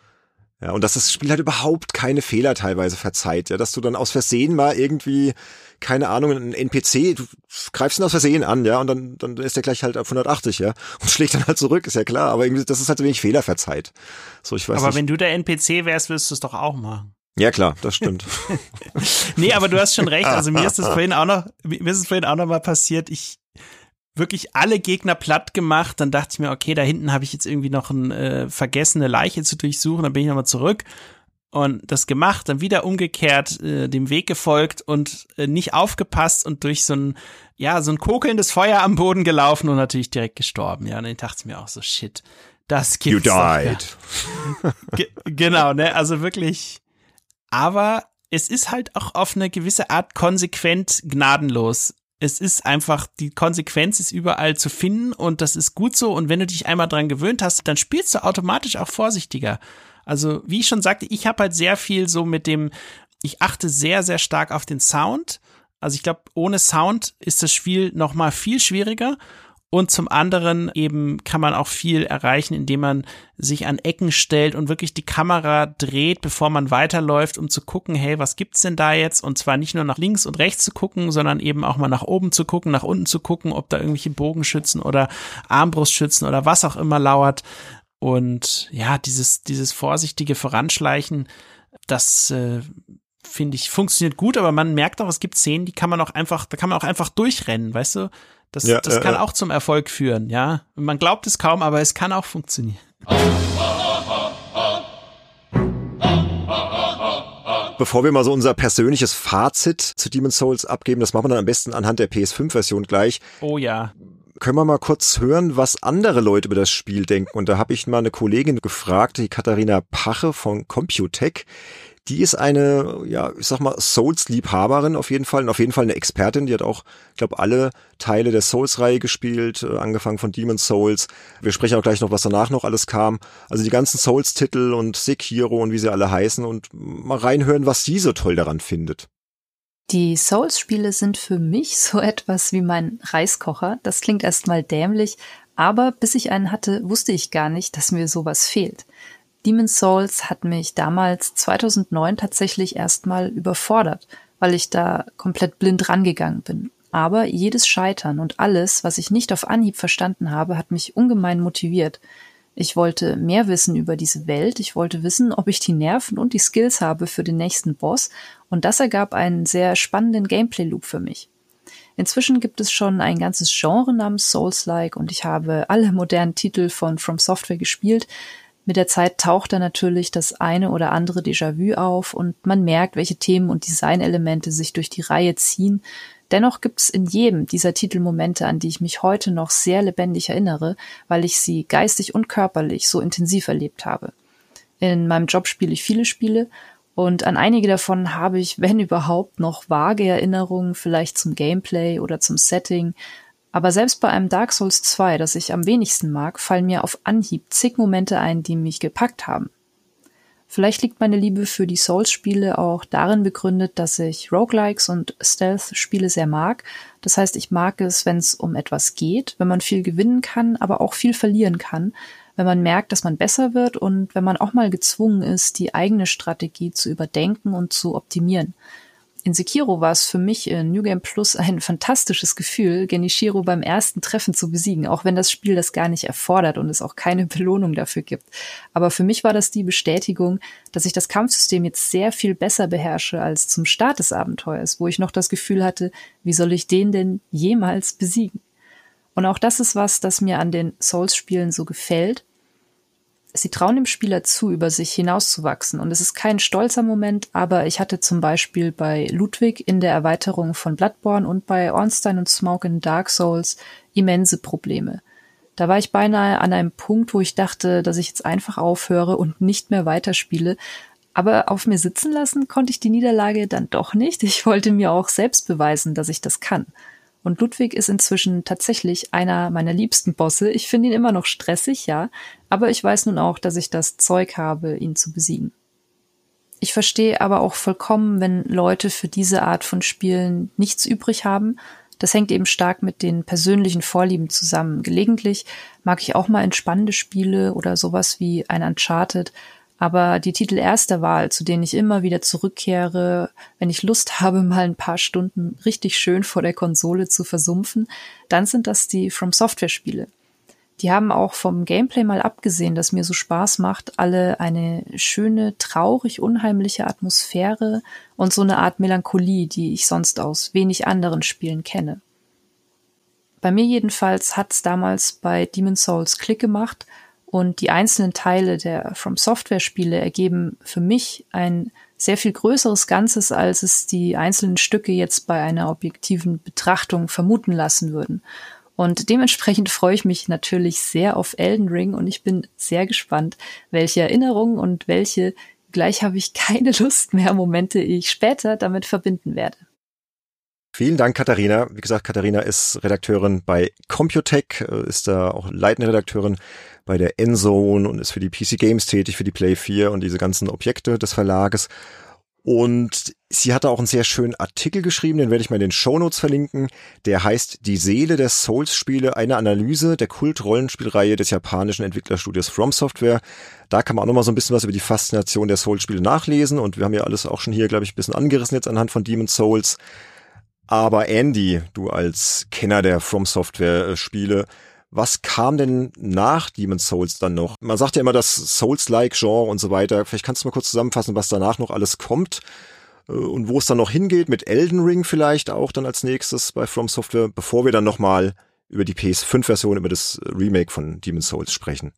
ja, und dass das Spiel halt überhaupt keine Fehler teilweise verzeiht, ja, dass du dann aus Versehen mal irgendwie, keine Ahnung, ein NPC, du greifst ihn aus Versehen an, ja, und dann ist der gleich halt auf 180, ja, und schlägt dann halt zurück, ist ja klar, aber irgendwie, das ist halt so wenig Fehler verzeiht. So, ich weiß aber nicht. wenn du der NPC wärst, würdest du es doch auch machen. Ja, klar, das stimmt. Nee, aber du hast schon recht, also mir ist es vorhin auch noch mal passiert, ich wirklich alle Gegner platt gemacht, dann dachte ich mir, okay, da hinten habe ich jetzt irgendwie noch eine vergessene Leiche zu durchsuchen, dann bin ich nochmal zurück und das gemacht, dann wieder umgekehrt, dem Weg gefolgt und nicht aufgepasst und durch so ein kokelndes Feuer am Boden gelaufen und natürlich direkt gestorben, ja, und dann dachte ich mir auch so, shit, das gibt's You doch, died. ja. Genau, ne, also wirklich, aber es ist halt auch auf eine gewisse Art konsequent gnadenlos. Es ist einfach, die Konsequenz ist überall zu finden und das ist gut so. Und wenn du dich einmal dran gewöhnt hast, dann spielst du automatisch auch vorsichtiger. Also, wie ich schon sagte, ich habe halt sehr viel so ich achte sehr, sehr stark auf den Sound. Also ich glaube, ohne Sound ist das Spiel noch mal viel schwieriger. Und zum anderen eben kann man auch viel erreichen, indem man sich an Ecken stellt und wirklich die Kamera dreht, bevor man weiterläuft, um zu gucken, hey, was gibt's denn da jetzt? Und zwar nicht nur nach links und rechts zu gucken, sondern eben auch mal nach oben zu gucken, nach unten zu gucken, ob da irgendwelche Bogenschützen oder Armbrustschützen oder was auch immer lauert. Und ja, dieses vorsichtige Voranschleichen, das finde ich, funktioniert gut, aber man merkt auch, es gibt Szenen, da kann man auch einfach durchrennen, weißt du? Das kann auch zum Erfolg führen, ja. Man glaubt es kaum, aber es kann auch funktionieren. Bevor wir mal so unser persönliches Fazit zu Demon's Souls abgeben, das machen wir dann am besten anhand der PS5-Version gleich. Oh ja. Können wir mal kurz hören, was andere Leute über das Spiel denken. Und da habe ich mal eine Kollegin gefragt, die Katharina Pache von Computec. Die ist eine, ja, ich sag mal, Souls-Liebhaberin auf jeden Fall und auf jeden Fall eine Expertin. Die hat auch, ich glaube, alle Teile der Souls-Reihe gespielt, angefangen von Demon's Souls. Wir sprechen auch gleich noch, was danach noch alles kam. Also die ganzen Souls-Titel und Sekiro und wie sie alle heißen und mal reinhören, was sie so toll daran findet. Die Souls-Spiele sind für mich so etwas wie mein Reiskocher. Das klingt erstmal dämlich, aber bis ich einen hatte, wusste ich gar nicht, dass mir sowas fehlt. Demon's Souls hat mich damals 2009 tatsächlich erstmal überfordert, weil ich da komplett blind rangegangen bin. Aber jedes Scheitern und alles, was ich nicht auf Anhieb verstanden habe, hat mich ungemein motiviert. Ich wollte mehr wissen über diese Welt, ich wollte wissen, ob ich die Nerven und die Skills habe für den nächsten Boss und das ergab einen sehr spannenden Gameplay-Loop für mich. Inzwischen gibt es schon ein ganzes Genre namens Souls-like und ich habe alle modernen Titel von From Software gespielt. Mit der Zeit taucht da natürlich das eine oder andere Déjà-vu auf und man merkt, welche Themen und Designelemente sich durch die Reihe ziehen. Dennoch gibt es in jedem dieser Titel Momente, an die ich mich heute noch sehr lebendig erinnere, weil ich sie geistig und körperlich so intensiv erlebt habe. In meinem Job spiele ich viele Spiele und an einige davon habe ich, wenn überhaupt, noch vage Erinnerungen, vielleicht zum Gameplay oder zum Setting. Aber selbst bei einem Dark Souls 2, das ich am wenigsten mag, fallen mir auf Anhieb zig Momente ein, die mich gepackt haben. Vielleicht liegt meine Liebe für die Souls-Spiele auch darin begründet, dass ich Roguelikes und Stealth-Spiele sehr mag. Das heißt, ich mag es, wenn es um etwas geht, wenn man viel gewinnen kann, aber auch viel verlieren kann, wenn man merkt, dass man besser wird und wenn man auch mal gezwungen ist, die eigene Strategie zu überdenken und zu optimieren. In Sekiro war es für mich in New Game Plus ein fantastisches Gefühl, Genichiro beim ersten Treffen zu besiegen, auch wenn das Spiel das gar nicht erfordert und es auch keine Belohnung dafür gibt. Aber für mich war das die Bestätigung, dass ich das Kampfsystem jetzt sehr viel besser beherrsche als zum Start des Abenteuers, wo ich noch das Gefühl hatte, wie soll ich den denn jemals besiegen? Und auch das ist was, das mir an den Souls-Spielen so gefällt. Sie trauen dem Spieler zu, über sich hinauszuwachsen. Und es ist kein stolzer Moment, aber ich hatte zum Beispiel bei Ludwig in der Erweiterung von Bloodborne und bei Ornstein und Smoke in Dark Souls immense Probleme. Da war ich beinahe an einem Punkt, wo ich dachte, dass ich jetzt einfach aufhöre und nicht mehr weiterspiele. Aber auf mir sitzen lassen konnte ich die Niederlage dann doch nicht. Ich wollte mir auch selbst beweisen, dass ich das kann. Und Ludwig ist inzwischen tatsächlich einer meiner liebsten Bosse. Ich finde ihn immer noch stressig, ja, aber ich weiß nun auch, dass ich das Zeug habe, ihn zu besiegen. Ich verstehe aber auch vollkommen, wenn Leute für diese Art von Spielen nichts übrig haben. Das hängt eben stark mit den persönlichen Vorlieben zusammen. Gelegentlich mag ich auch mal entspannende Spiele oder sowas wie ein Uncharted, aber die Titel erster Wahl, zu denen ich immer wieder zurückkehre, wenn ich Lust habe, mal ein paar Stunden richtig schön vor der Konsole zu versumpfen, dann sind das die From Software Spiele. Die haben auch vom Gameplay mal abgesehen, das mir so Spaß macht, alle eine schöne, traurig unheimliche Atmosphäre und so eine Art Melancholie, die ich sonst aus wenig anderen Spielen kenne. Bei mir jedenfalls hat's damals bei Demon's Souls Klick gemacht. Und die einzelnen Teile der From Software-Spiele ergeben für mich ein sehr viel größeres Ganzes, als es die einzelnen Stücke jetzt bei einer objektiven Betrachtung vermuten lassen würden. Und dementsprechend freue ich mich natürlich sehr auf Elden Ring und ich bin sehr gespannt, welche Erinnerungen und welche gleich habe ich keine Lust mehr Momente ich später damit verbinden werde. Vielen Dank, Katharina. Wie gesagt, Katharina ist Redakteurin bei Computec, ist da auch leitende Redakteurin bei der Endzone und ist für die PC Games tätig, für die Play 4 und diese ganzen Objekte des Verlages. Und sie hatte auch einen sehr schönen Artikel geschrieben, den werde ich mal in den Shownotes verlinken. Der heißt Die Seele der Souls-Spiele, eine Analyse der Kult-Rollenspielreihe des japanischen Entwicklerstudios From Software. Da kann man auch nochmal so ein bisschen was über die Faszination der Souls-Spiele nachlesen. Und wir haben ja alles auch schon hier, glaube ich, ein bisschen angerissen jetzt anhand von Demon's Souls. Aber Andy, du als Kenner der From Software Spiele, was kam denn nach Demon's Souls dann noch? Man sagt ja immer das Souls-like Genre und so weiter. Vielleicht kannst du mal kurz zusammenfassen, was danach noch alles kommt und wo es dann noch hingeht mit Elden Ring vielleicht auch dann als nächstes bei From Software, bevor wir dann nochmal über die PS5-Version, über das Remake von Demon's Souls sprechen.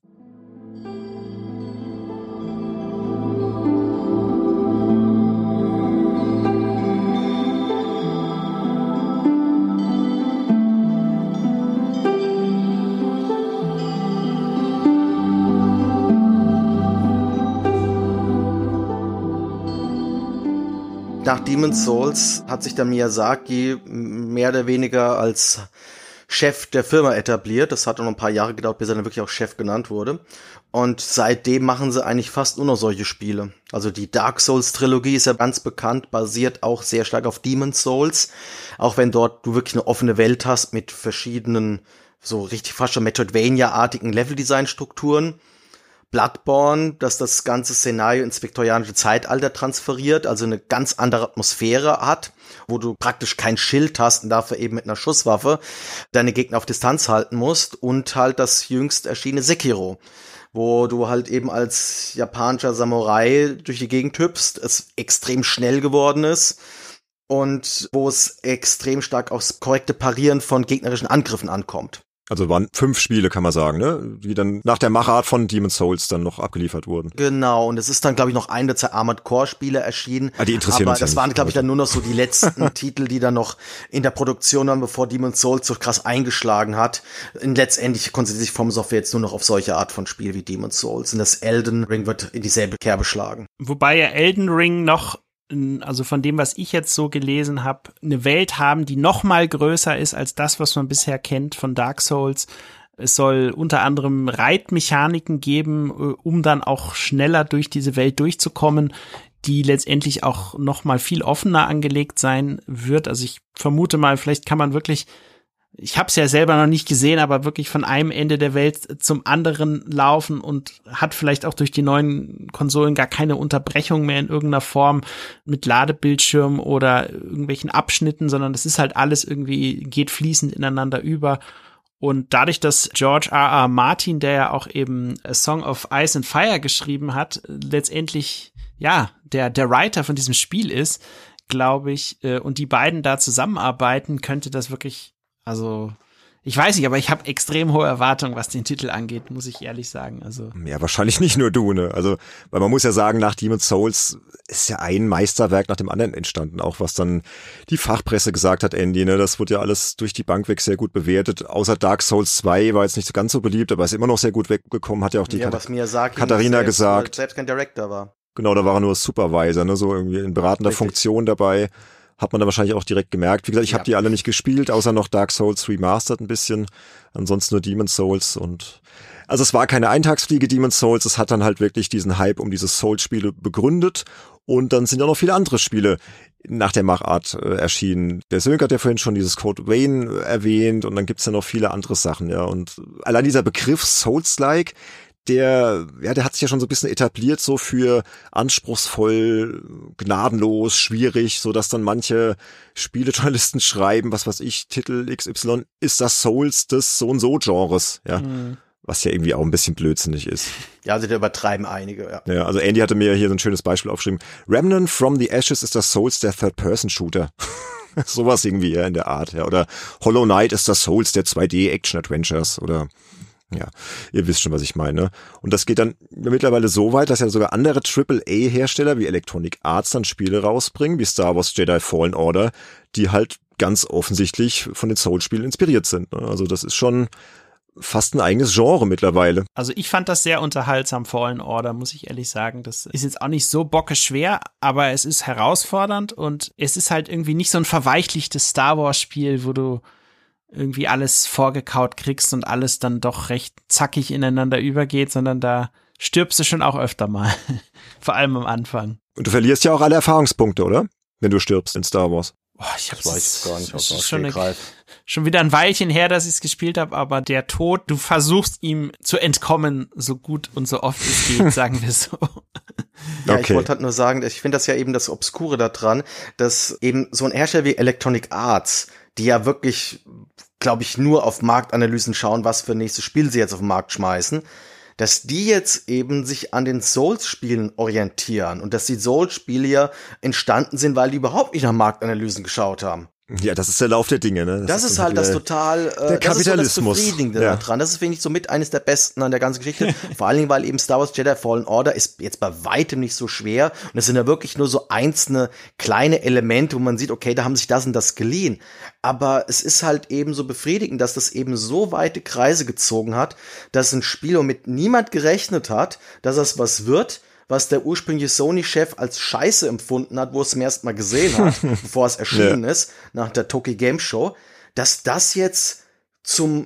Nach Demon's Souls hat sich der Miyazaki mehr oder weniger als Chef der Firma etabliert. Das hat noch ein paar Jahre gedauert, bis er dann wirklich auch Chef genannt wurde. Und seitdem machen sie eigentlich fast nur noch solche Spiele. Also die Dark Souls Trilogie ist ja ganz bekannt, basiert auch sehr stark auf Demon's Souls. Auch wenn dort du wirklich eine offene Welt hast mit verschiedenen, so richtig fast schon Metroidvania-artigen Leveldesign-Strukturen. Bloodborne, dass das ganze Szenario ins viktorianische Zeitalter transferiert, also eine ganz andere Atmosphäre hat, wo du praktisch kein Schild hast und dafür eben mit einer Schusswaffe deine Gegner auf Distanz halten musst, und halt das jüngst erschienene Sekiro, wo du halt eben als japanischer Samurai durch die Gegend hüpfst, es extrem schnell geworden ist und wo es extrem stark aufs korrekte Parieren von gegnerischen Angriffen ankommt. Also waren 5 Spiele, kann man sagen, ne? Die dann nach der Machart von Demon's Souls dann noch abgeliefert wurden. Genau, und es ist dann, glaube ich, noch ein der Armored Core Spiele erschienen. Die interessieren uns aber das waren, glaube ich, dann nur noch so die letzten Titel, die dann noch in der Produktion waren, bevor Demon's Souls so krass eingeschlagen hat. Und letztendlich konzentriert sich From Software jetzt nur noch auf solche Art von Spiel wie Demon's Souls. Und das Elden Ring wird in dieselbe Kerbe schlagen. Wobei ja Elden Ring noch, also von dem, was ich jetzt so gelesen habe, eine Welt haben, die noch mal größer ist als das, was man bisher kennt von Dark Souls. Es soll unter anderem Reitmechaniken geben, um dann auch schneller durch diese Welt durchzukommen, die letztendlich auch noch mal viel offener angelegt sein wird. Also ich vermute mal, vielleicht kann man wirklich, ich habe es ja selber noch nicht gesehen, aber wirklich von einem Ende der Welt zum anderen laufen und hat vielleicht auch durch die neuen Konsolen gar keine Unterbrechung mehr in irgendeiner Form mit Ladebildschirm oder irgendwelchen Abschnitten, sondern das ist halt alles irgendwie, geht fließend ineinander über. Und dadurch, dass George R.R. Martin, der ja auch eben A Song of Ice and Fire geschrieben hat, letztendlich ja der Writer von diesem Spiel ist, glaube ich, und die beiden da zusammenarbeiten, könnte das wirklich, also ich weiß nicht, aber ich habe extrem hohe Erwartungen, was den Titel angeht, muss ich ehrlich sagen. Also ja, wahrscheinlich nicht nur du, ne? Also, weil man muss ja sagen, nach Demon's Souls ist ja ein Meisterwerk nach dem anderen entstanden, auch was dann die Fachpresse gesagt hat, Andy, ne? Das wurde ja alles durch die Bank weg sehr gut bewertet. Außer Dark Souls 2 war jetzt nicht so ganz so beliebt, aber ist immer noch sehr gut weggekommen, hat ja auch die was Miyazaki Katharina gesagt. Selbst kein Director war. Genau, da war er nur Supervisor, ne? So irgendwie in beratender Richtig. Funktion dabei. Hat man da wahrscheinlich auch direkt gemerkt. Wie gesagt, ich habe die alle nicht gespielt, außer noch Dark Souls Remastered ein bisschen. Ansonsten nur Demon's Souls und also es war keine Eintagsfliege Demon's Souls, es hat dann halt wirklich diesen Hype um diese Souls-Spiele begründet und dann sind ja noch viele andere Spiele nach der Machart erschienen. Der Sönke hat ja vorhin schon dieses Code Vein erwähnt und dann gibt's ja noch viele andere Sachen, ja. Und allein dieser Begriff Souls-like, der hat sich ja schon so ein bisschen etabliert, so für anspruchsvoll, gnadenlos, schwierig, so dass dann manche Spielejournalisten schreiben, was weiß ich, Titel XY, ist das Souls des so und so Genres, ja. Was ja irgendwie auch ein bisschen blödsinnig ist. Ja, also da übertreiben einige, ja. Ja, also Andy hatte mir hier so ein schönes Beispiel aufgeschrieben. Remnant from the Ashes ist das Souls der Third-Person-Shooter. Sowas irgendwie, ja, in der Art, ja. Oder Hollow Knight ist das Souls der 2D-Action-Adventures oder ja, ihr wisst schon, was ich meine. Und das geht dann mittlerweile so weit, dass ja sogar andere AAA-Hersteller wie Electronic Arts dann Spiele rausbringen, wie Star Wars Jedi Fallen Order, die halt ganz offensichtlich von den Souls-Spielen inspiriert sind. Also das ist schon fast ein eigenes Genre mittlerweile. Also ich fand das sehr unterhaltsam, Fallen Order, muss ich ehrlich sagen. Das ist jetzt auch nicht so bockeschwer, aber es ist herausfordernd und es ist halt irgendwie nicht so ein verweichlichtes Star Wars-Spiel, wo du irgendwie alles vorgekaut kriegst und alles dann doch recht zackig ineinander übergeht, sondern da stirbst du schon auch öfter mal. Vor allem am Anfang. Und du verlierst ja auch alle Erfahrungspunkte, oder? Wenn du stirbst in Star Wars. Boah, ich hab's weiß gar nicht, ist schon wieder ein Weilchen her, dass ich es gespielt habe, aber der Tod, du versuchst ihm zu entkommen, so gut und so oft es geht, sagen wir so. Ja, okay. Ich wollte halt nur sagen, ich finde das ja eben das Obskure da dran, dass eben so ein Hersteller wie Electronic Arts, die ja wirklich, glaube ich, nur auf Marktanalysen schauen, was für ein nächstes Spiel sie jetzt auf den Markt schmeißen, dass die jetzt eben sich an den Souls-Spielen orientieren und dass die Souls-Spiele ja entstanden sind, weil die überhaupt nicht nach Marktanalysen geschaut haben. Ja, das ist der Lauf der Dinge, ne? Das ist halt das total, der Kapitalismus. Das ist so das Befriedigende daran. Das ist, finde ich, so mit eines der besten an der ganzen Geschichte. Vor allen Dingen, weil eben Star Wars Jedi Fallen Order ist jetzt bei weitem nicht so schwer. Und es sind ja wirklich nur so einzelne kleine Elemente, wo man sieht, okay, da haben sich das und das geliehen. Aber es ist halt eben so befriedigend, dass das eben so weite Kreise gezogen hat, dass ein Spiel, womit niemand gerechnet hat, dass das was wird, was der ursprüngliche Sony-Chef als Scheiße empfunden hat, wo es zum ersten Mal gesehen hat, bevor es erschienen ist, nach der Tokyo Game Show, dass das jetzt zum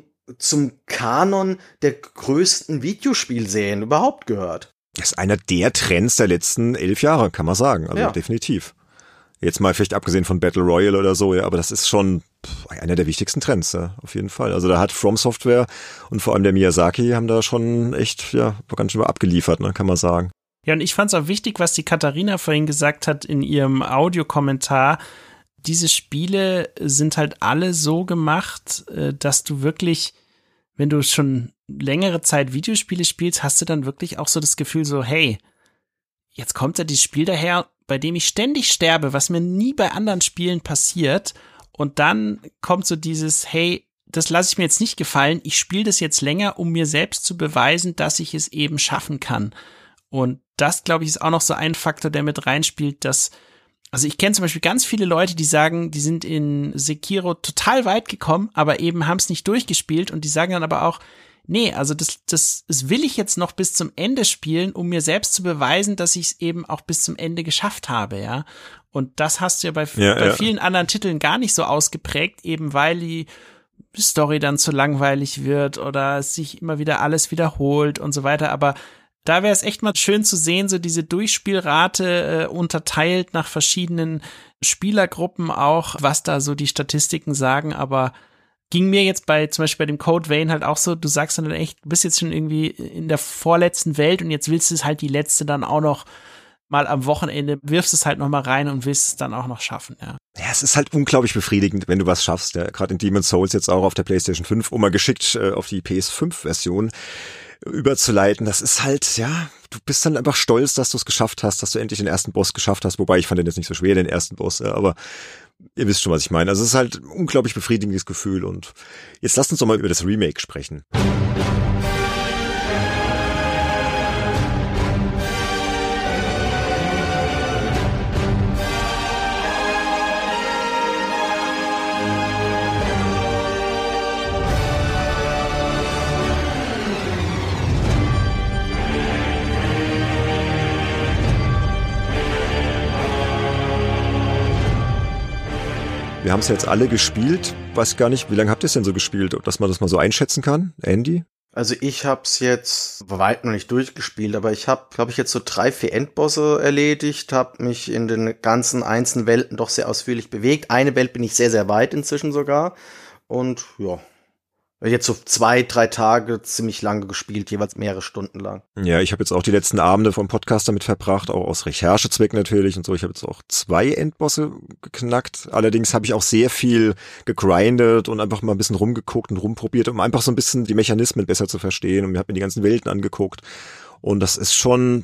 Kanon der größten Videospielserien überhaupt gehört. Das ist einer der Trends der letzten 11 Jahre, kann man sagen. Also definitiv. Jetzt mal vielleicht abgesehen von Battle Royale oder so, ja, aber das ist schon einer der wichtigsten Trends, ja, auf jeden Fall. Also da hat From Software und vor allem der Miyazaki haben da schon echt, ganz schön abgeliefert, ne, kann man sagen. Ja, und ich fand es auch wichtig, was die Katharina vorhin gesagt hat in ihrem Audiokommentar. Diese Spiele sind halt alle so gemacht, dass du wirklich, wenn du schon längere Zeit Videospiele spielst, hast du dann wirklich auch so das Gefühl so, hey, jetzt kommt ja dieses Spiel daher, bei dem ich ständig sterbe, was mir nie bei anderen Spielen passiert. Und dann kommt so dieses, hey, das lasse ich mir jetzt nicht gefallen, ich spiele das jetzt länger, um mir selbst zu beweisen, dass ich es eben schaffen kann. Und das, glaube ich, ist auch noch so ein Faktor, der mit reinspielt, dass, also ich kenne zum Beispiel ganz viele Leute, die sagen, die sind in Sekiro total weit gekommen, aber eben haben es nicht durchgespielt und die sagen dann aber auch, nee, also das will ich jetzt noch bis zum Ende spielen, um mir selbst zu beweisen, dass ich es eben auch bis zum Ende geschafft habe, ja. Und das hast du ja bei vielen anderen Titeln gar nicht so ausgeprägt, eben weil die Story dann zu langweilig wird oder sich immer wieder alles wiederholt und so weiter, aber da wäre es echt mal schön zu sehen, so diese Durchspielrate unterteilt nach verschiedenen Spielergruppen auch, was da so die Statistiken sagen, aber ging mir jetzt zum Beispiel bei dem Code Vein halt auch so, du sagst dann echt, du bist jetzt schon irgendwie in der vorletzten Welt und jetzt willst du es halt die letzte dann auch noch mal am Wochenende, wirfst es halt noch mal rein und willst es dann auch noch schaffen, ja. Ja, es ist halt unglaublich befriedigend, wenn du was schaffst, ja, gerade in Demon's Souls jetzt auch auf der PlayStation 5, um mal geschickt auf die PS5-Version überzuleiten. Das ist halt, ja, du bist dann einfach stolz, dass du es geschafft hast, dass du endlich den ersten Boss geschafft hast, wobei ich fand den jetzt nicht so schwer, den ersten Boss, ja, aber ihr wisst schon, was ich meine. Also es ist halt ein unglaublich befriedigendes Gefühl und jetzt lasst uns doch mal über das Remake sprechen. Wir haben es ja jetzt alle gespielt. Weiß gar nicht, wie lange habt ihr es denn so gespielt, dass man das mal so einschätzen kann? Andy? Also ich hab's jetzt bei weitem noch nicht durchgespielt, aber ich habe, glaube ich, jetzt so 3-4 Endbosse erledigt, habe mich in den ganzen einzelnen Welten doch sehr ausführlich bewegt. Eine Welt bin ich sehr, sehr weit inzwischen sogar. Und ja, jetzt so 2-3 Tage ziemlich lange gespielt, jeweils mehrere Stunden lang. Ja, ich habe jetzt auch die letzten Abende vom Podcast damit verbracht, auch aus Recherchezweck natürlich und so. Ich habe jetzt auch 2 Endbosse geknackt. Allerdings habe ich auch sehr viel gegrindet und einfach mal ein bisschen rumgeguckt und rumprobiert, um einfach so ein bisschen die Mechanismen besser zu verstehen. Und mir habe mir die ganzen Welten angeguckt. Und das ist schon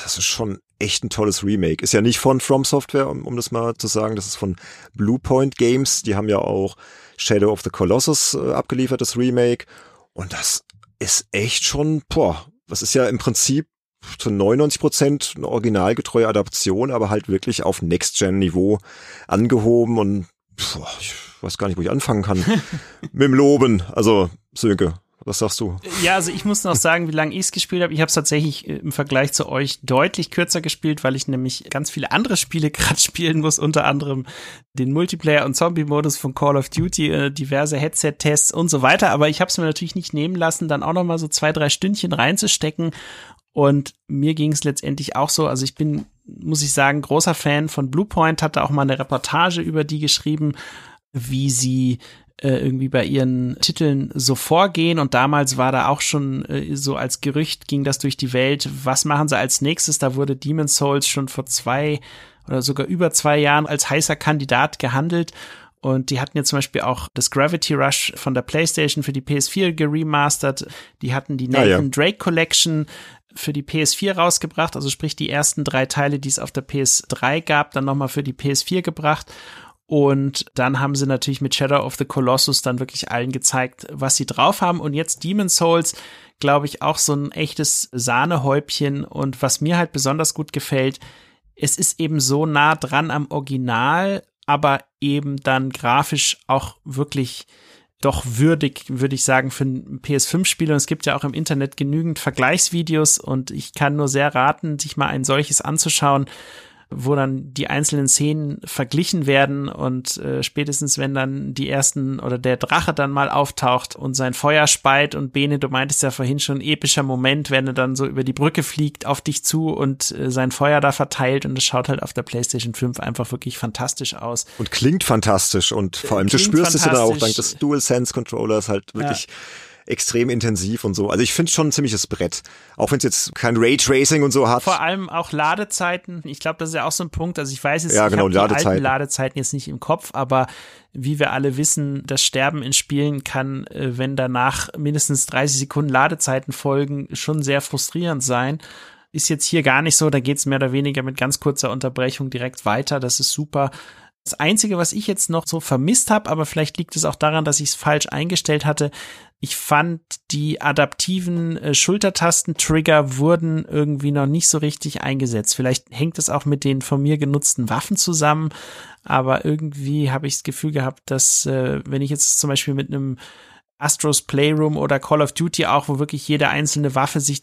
echt ein tolles Remake. Ist ja nicht von From Software, um das mal zu sagen. Das ist von Bluepoint Games. Die haben ja auch Shadow of the Colossus abgeliefert, das Remake. Und das ist echt schon, das ist ja im Prinzip zu 99% eine originalgetreue Adaption, aber halt wirklich auf Next-Gen-Niveau angehoben. Und ich weiß gar nicht, wo ich anfangen kann mit dem Loben. Also, Sönke, was sagst du? Ja, also ich muss noch sagen, wie lange ich es gespielt habe. Ich habe es tatsächlich im Vergleich zu euch deutlich kürzer gespielt, weil ich nämlich ganz viele andere Spiele gerade spielen muss, unter anderem den Multiplayer- und Zombie-Modus von Call of Duty, diverse Headset-Tests und so weiter. Aber ich habe es mir natürlich nicht nehmen lassen, dann auch noch mal so 2-3 Stündchen reinzustecken. Und mir ging es letztendlich auch so. Also ich bin, muss ich sagen, großer Fan von Bluepoint, hatte auch mal eine Reportage über die geschrieben, wie sie irgendwie bei ihren Titeln so vorgehen und damals war da auch schon so als Gerücht ging das durch die Welt, was machen sie als nächstes, da wurde Demon's Souls schon vor 2 oder sogar über 2 Jahren als heißer Kandidat gehandelt und die hatten jetzt zum Beispiel auch das Gravity Rush von der PlayStation für die PS4 geremastert, die hatten die Nathan Drake Collection für die PS4 rausgebracht, also sprich die ersten 3 Teile, die es auf der PS3 gab, dann nochmal für die PS4 gebracht. Und dann haben sie natürlich mit Shadow of the Colossus dann wirklich allen gezeigt, was sie drauf haben. Und jetzt Demon's Souls, glaube ich, auch so ein echtes Sahnehäubchen. Und was mir halt besonders gut gefällt, es ist eben so nah dran am Original, aber eben dann grafisch auch wirklich doch würdig, würde ich sagen, für ein PS5-Spiel. Und es gibt ja auch im Internet genügend Vergleichsvideos. Und ich kann nur sehr raten, sich mal ein solches anzuschauen, wo dann die einzelnen Szenen verglichen werden und spätestens wenn dann die ersten oder der Drache dann mal auftaucht und sein Feuer speit und Bene, du meintest ja vorhin schon, epischer Moment, wenn er dann so über die Brücke fliegt auf dich zu und sein Feuer da verteilt und es schaut halt auf der PlayStation 5 einfach wirklich fantastisch aus. Und klingt fantastisch und vor allem du spürst es ja dann auch dank des DualSense-Controllers halt wirklich extrem intensiv und so. Also ich finde es schon ein ziemliches Brett. Auch wenn es jetzt kein Raytracing und so hat. Vor allem auch Ladezeiten. Ich glaube, das ist ja auch so ein Punkt. Also ich weiß jetzt, ja, genau, ich habe die alten Ladezeiten jetzt nicht im Kopf, aber wie wir alle wissen, das Sterben in Spielen kann, wenn danach mindestens 30 Sekunden Ladezeiten folgen, schon sehr frustrierend sein. Ist jetzt hier gar nicht so. Da geht es mehr oder weniger mit ganz kurzer Unterbrechung direkt weiter. Das ist super. Das Einzige, was ich jetzt noch so vermisst habe, aber vielleicht liegt es auch daran, dass ich es falsch eingestellt hatte, ich fand, die adaptiven Schultertastentrigger wurden irgendwie noch nicht so richtig eingesetzt. Vielleicht hängt es auch mit den von mir genutzten Waffen zusammen, aber irgendwie habe ich das Gefühl gehabt, dass wenn ich jetzt zum Beispiel mit einem Astro's Playroom oder Call of Duty auch, wo wirklich jede einzelne Waffe sich dann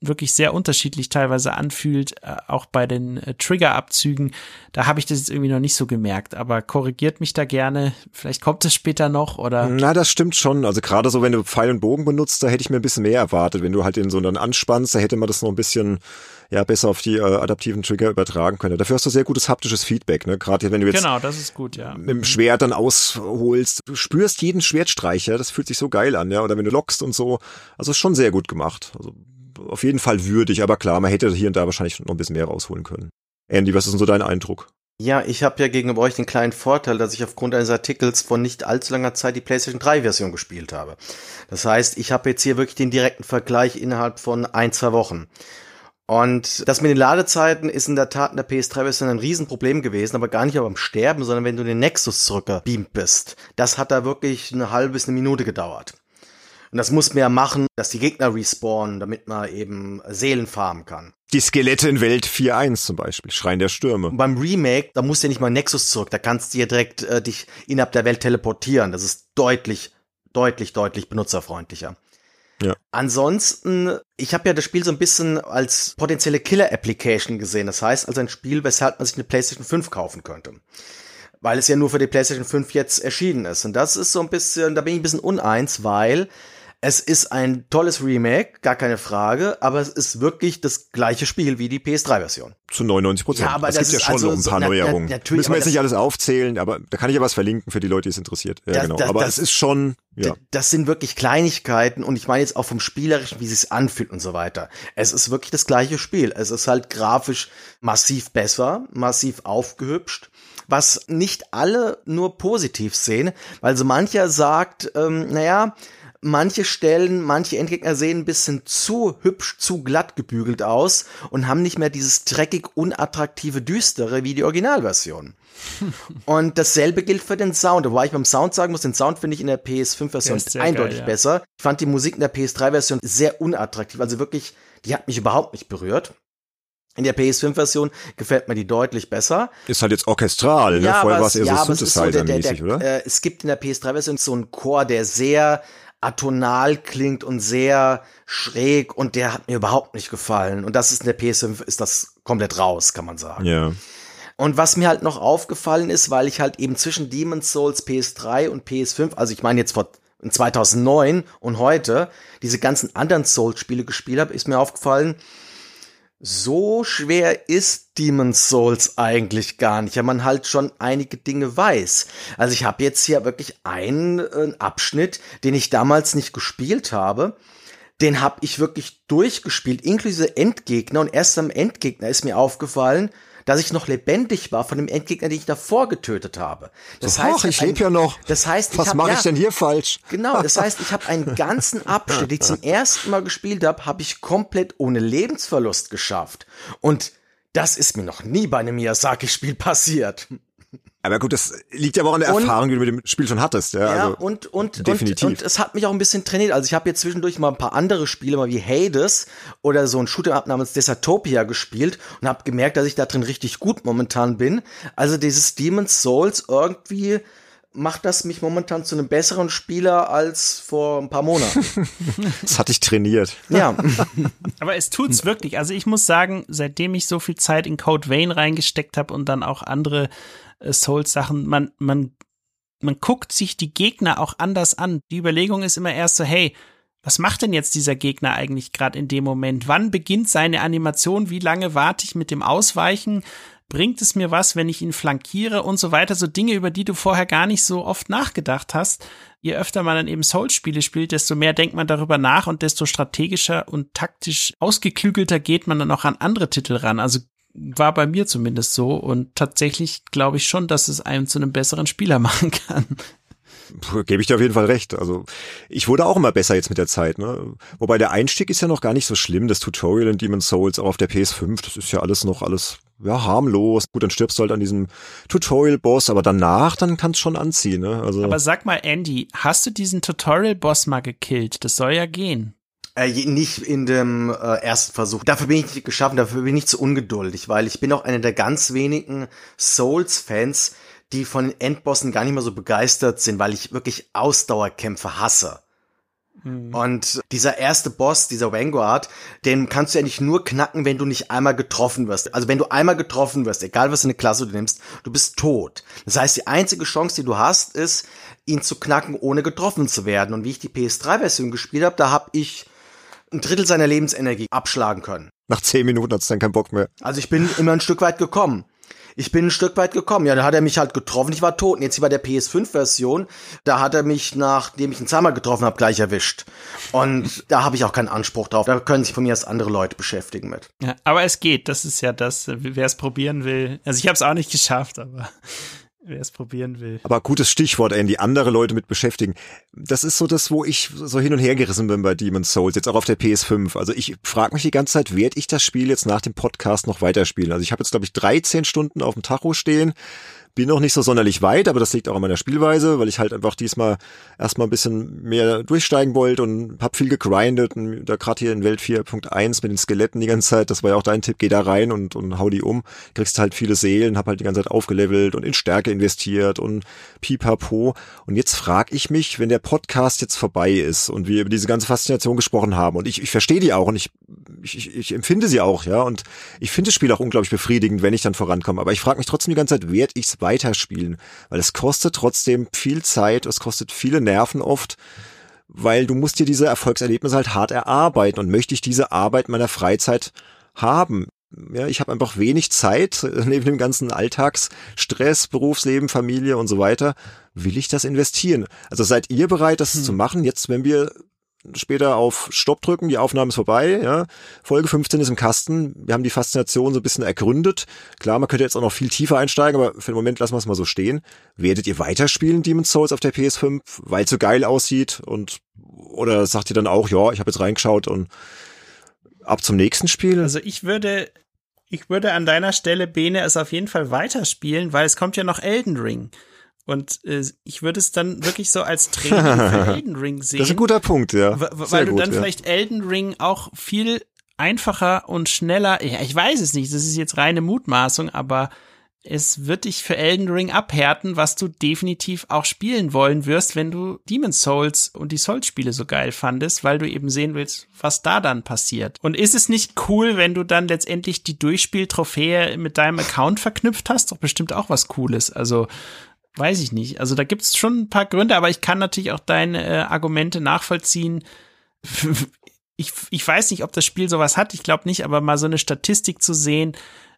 wirklich sehr unterschiedlich teilweise anfühlt, auch bei den Triggerabzügen. Da habe ich das jetzt irgendwie noch nicht so gemerkt, aber korrigiert mich da gerne. Vielleicht kommt es später noch, oder? Na, das stimmt schon. Also gerade so, wenn du Pfeil und Bogen benutzt, da hätte ich mir ein bisschen mehr erwartet. Wenn du halt den so dann anspannst, da hätte man das noch ein bisschen besser auf die adaptiven Trigger übertragen können. Dafür hast du sehr gutes haptisches Feedback, ne? Gerade wenn du jetzt genau, das ist gut, ja. mit dem Schwert dann ausholst, du spürst jeden Schwertstreicher, das fühlt sich so geil an, ja. Oder wenn du lockst und so. Also ist schon sehr gut gemacht. Also auf jeden Fall würdig, aber klar, man hätte hier und da wahrscheinlich noch ein bisschen mehr rausholen können. Andy, was ist denn so dein Eindruck? Ja, ich habe ja gegenüber euch den kleinen Vorteil, dass ich aufgrund eines Artikels von nicht allzu langer Zeit die PlayStation 3 Version gespielt habe. Das heißt, ich habe jetzt hier wirklich den direkten Vergleich innerhalb von 1-2 Wochen. Und das mit den Ladezeiten ist in der Tat in der PS3-Version ein Riesenproblem gewesen, aber gar nicht beim Sterben, sondern wenn du den Nexus zurückgebeamt bist. Das hat da wirklich eine halbe bis eine Minute gedauert. Und das muss man ja machen, dass die Gegner respawnen, damit man eben Seelen farmen kann. Die Skelette in Welt 4.1 zum Beispiel, Schrein der Stürme. Und beim Remake, da musst du ja nicht mal Nexus zurück, da kannst du ja direkt dich innerhalb der Welt teleportieren. Das ist deutlich benutzerfreundlicher. Ja. Ansonsten, ich habe ja das Spiel so ein bisschen als potenzielle Killer-Application gesehen. Das heißt, als ein Spiel, weshalb man sich eine PlayStation 5 kaufen könnte. Weil es ja nur für die PlayStation 5 jetzt erschienen ist. Und das ist so ein bisschen, da bin ich ein bisschen uneins, weil es ist ein tolles Remake, gar keine Frage, aber es ist wirklich das gleiche Spiel wie die PS3-Version. Zu 99%. Ja, aber es das gibt ja ist schon also noch ein paar Neuerungen. natürlich, Müssen wir jetzt nicht alles aufzählen, aber da kann ich ja was verlinken für die Leute, die es interessiert. Ja, genau. Aber es ist schon, ja. Das sind wirklich Kleinigkeiten und ich meine jetzt auch vom Spielerischen, wie es sich anfühlt und so weiter. Es ist wirklich das gleiche Spiel. Es ist halt grafisch massiv besser, massiv aufgehübscht. Was nicht alle nur positiv sehen, weil so mancher sagt, manche Stellen, manche Endgegner sehen ein bisschen zu hübsch, zu glatt gebügelt aus und haben nicht mehr dieses dreckig, unattraktive, düstere wie die Originalversion. Und dasselbe gilt für den Sound. Wobei ich beim Sound sagen muss, den Sound finde ich in der PS5-Version eindeutig geil, besser. Ich fand die Musik in der PS3-Version sehr unattraktiv. Also wirklich, die hat mich überhaupt nicht berührt. In der PS5-Version gefällt mir die deutlich besser. Ist halt jetzt orchestral, ne? Vorher war es eher so Synthesizer-mäßig, oder? Es gibt in der PS3-Version so einen Chor, der sehr atonal klingt und sehr schräg und der hat mir überhaupt nicht gefallen. Und das ist in der PS5 ist das komplett raus, kann man sagen. Ja. Und was mir halt noch aufgefallen ist, weil ich halt eben zwischen Demon's Souls PS3 und PS5, also ich meine jetzt in 2009 und heute, diese ganzen anderen Souls-Spiele gespielt habe, ist mir aufgefallen, so schwer ist Demon's Souls eigentlich gar nicht, ja, man halt schon einige Dinge weiß. Also ich habe jetzt hier wirklich einen Abschnitt, den ich damals nicht gespielt habe, den habe ich wirklich durchgespielt, inklusive Endgegner, und erst am Endgegner ist mir aufgefallen, dass ich noch lebendig war von dem Endgegner, den ich davor getötet habe. Das heißt, ich lebe ja noch. Das heißt, was mache ich denn hier falsch? Genau, das heißt, ich habe einen ganzen Abschnitt, den ich zum ersten Mal gespielt habe ich komplett ohne Lebensverlust geschafft. Und das ist mir noch nie bei einem Miyazaki-Spiel passiert. Aber gut, das liegt ja auch an der Erfahrung, die du mit dem Spiel schon hattest. Ja, also und definitiv. Und es hat mich auch ein bisschen trainiert. Also ich habe jetzt zwischendurch mal ein paar andere Spiele, mal wie Hades oder so ein Shooter-Up namens Desatopia gespielt und habe gemerkt, dass ich da drin richtig gut momentan bin. Also dieses Demon's Souls irgendwie macht das mich momentan zu einem besseren Spieler als vor ein paar Monaten. Das hat dich trainiert. Ja. Aber es tut's wirklich. Also ich muss sagen, seitdem ich so viel Zeit in Code Vein reingesteckt habe und dann auch andere Souls-Sachen, man guckt sich die Gegner auch anders an. Die Überlegung ist immer erst so, hey, was macht denn jetzt dieser Gegner eigentlich gerade in dem Moment? Wann beginnt seine Animation? Wie lange warte ich mit dem Ausweichen? Bringt es mir was, wenn ich ihn flankiere und so weiter? So Dinge, über die du vorher gar nicht so oft nachgedacht hast. Je öfter man dann eben Souls-Spiele spielt, desto mehr denkt man darüber nach und desto strategischer und taktisch ausgeklügelter geht man dann auch an andere Titel ran. Also war bei mir zumindest so und tatsächlich glaube ich schon, dass es einen zu einem besseren Spieler machen kann. Gebe ich dir auf jeden Fall recht. Also ich wurde auch immer besser jetzt mit der Zeit, ne? Wobei der Einstieg ist ja noch gar nicht so schlimm. Das Tutorial in Demon's Souls auch auf der PS5, das ist ja alles harmlos. Gut, dann stirbst du halt an diesem Tutorial-Boss, aber danach, dann kannst du schon anziehen, ne? Also. Aber sag mal, Andy, hast du diesen Tutorial-Boss mal gekillt? Das soll ja gehen. Nicht in dem ersten Versuch. Dafür bin ich nicht geschaffen, dafür bin ich zu ungeduldig, weil ich bin auch einer der ganz wenigen Souls-Fans, die von den Endbossen gar nicht mehr so begeistert sind, weil ich wirklich Ausdauerkämpfe hasse. Und dieser erste Boss, dieser Vanguard, den kannst du ja nicht nur knacken, wenn du nicht einmal getroffen wirst. Also wenn du einmal getroffen wirst, egal was für eine Klasse du nimmst, du bist tot. Das heißt, die einzige Chance, die du hast, ist, ihn zu knacken, ohne getroffen zu werden. Und wie ich die PS3-Version gespielt habe, da habe ich ein Drittel seiner Lebensenergie abschlagen können. Nach 10 Minuten hat's dann keinen Bock mehr. Also ich bin immer ein Stück weit gekommen. Ja, dann hat er mich halt getroffen, ich war tot. Und jetzt hier bei der PS5-Version, da hat er mich, nachdem ich ihn zweimal getroffen habe, gleich erwischt. Und da habe ich auch keinen Anspruch drauf. Da können sich von mir erst andere Leute beschäftigen mit. Ja, aber es geht, das ist ja das, wer es probieren will. Also ich habe es auch nicht geschafft, aber wer es probieren will. Aber gutes Stichwort, Andy, andere Leute mit beschäftigen. Das ist so das, wo ich so hin und her gerissen bin bei Demon's Souls, jetzt auch auf der PS5. Also ich frage mich die ganze Zeit, werde ich das Spiel jetzt nach dem Podcast noch weiterspielen? Also ich habe jetzt, glaube ich, 13 Stunden auf dem Tacho stehen. Bin noch nicht so sonderlich weit, aber das liegt auch an meiner Spielweise, weil ich halt einfach diesmal erstmal ein bisschen mehr durchsteigen wollte und hab viel gegrindet und da gerade hier in Welt 4.1 mit den Skeletten die ganze Zeit, das war ja auch dein Tipp, geh da rein und hau die um, kriegst halt viele Seelen, hab halt die ganze Zeit aufgelevelt und in Stärke investiert und pipapo. Und jetzt frag ich mich, wenn der Podcast jetzt vorbei ist und wir über diese ganze Faszination gesprochen haben und ich verstehe die auch und ich empfinde sie auch, ja, und ich finde das Spiel auch unglaublich befriedigend, wenn ich dann vorankomme, aber ich frage mich trotzdem die ganze Zeit, werde ich's weiterspielen, weil es kostet trotzdem viel Zeit, es kostet viele Nerven oft, weil du musst dir diese Erfolgserlebnisse halt hart erarbeiten und möchte ich diese Arbeit meiner Freizeit haben. Ja, ich habe einfach wenig Zeit, neben dem ganzen Alltagsstress, Berufsleben, Familie und so weiter, will ich das investieren. Also seid ihr bereit, das zu machen, jetzt wenn wir später auf Stopp drücken, die Aufnahme ist vorbei, ja. Folge 15 ist im Kasten, wir haben die Faszination so ein bisschen ergründet. Klar, man könnte jetzt auch noch viel tiefer einsteigen, aber für den Moment lassen wir es mal so stehen. Werdet ihr weiterspielen, Demon's Souls auf der PS5, weil es so geil aussieht oder sagt ihr dann auch, ja, ich habe jetzt reingeschaut und ab zum nächsten Spiel? Also ich würde an deiner Stelle, Bene, es auf jeden Fall weiterspielen, weil es kommt ja noch Elden Ring. Und ich würde es dann wirklich so als Training für Elden Ring sehen. Das ist ein guter Punkt, ja. Weil du dann vielleicht Elden Ring auch viel einfacher und schneller, ja, ich weiß es nicht, das ist jetzt reine Mutmaßung, aber es wird dich für Elden Ring abhärten, was du definitiv auch spielen wollen wirst, wenn du Demon's Souls und die Souls-Spiele so geil fandest, weil du eben sehen willst, was da dann passiert. Und ist es nicht cool, wenn du dann letztendlich die Durchspiel-Trophäe mit deinem Account verknüpft hast? Doch bestimmt auch was Cooles, also weiß ich nicht. Also da gibt's schon ein paar Gründe, aber ich kann natürlich auch deine Argumente nachvollziehen. Ich weiß nicht, ob das Spiel sowas hat, ich glaube nicht, aber mal so eine Statistik zu sehen,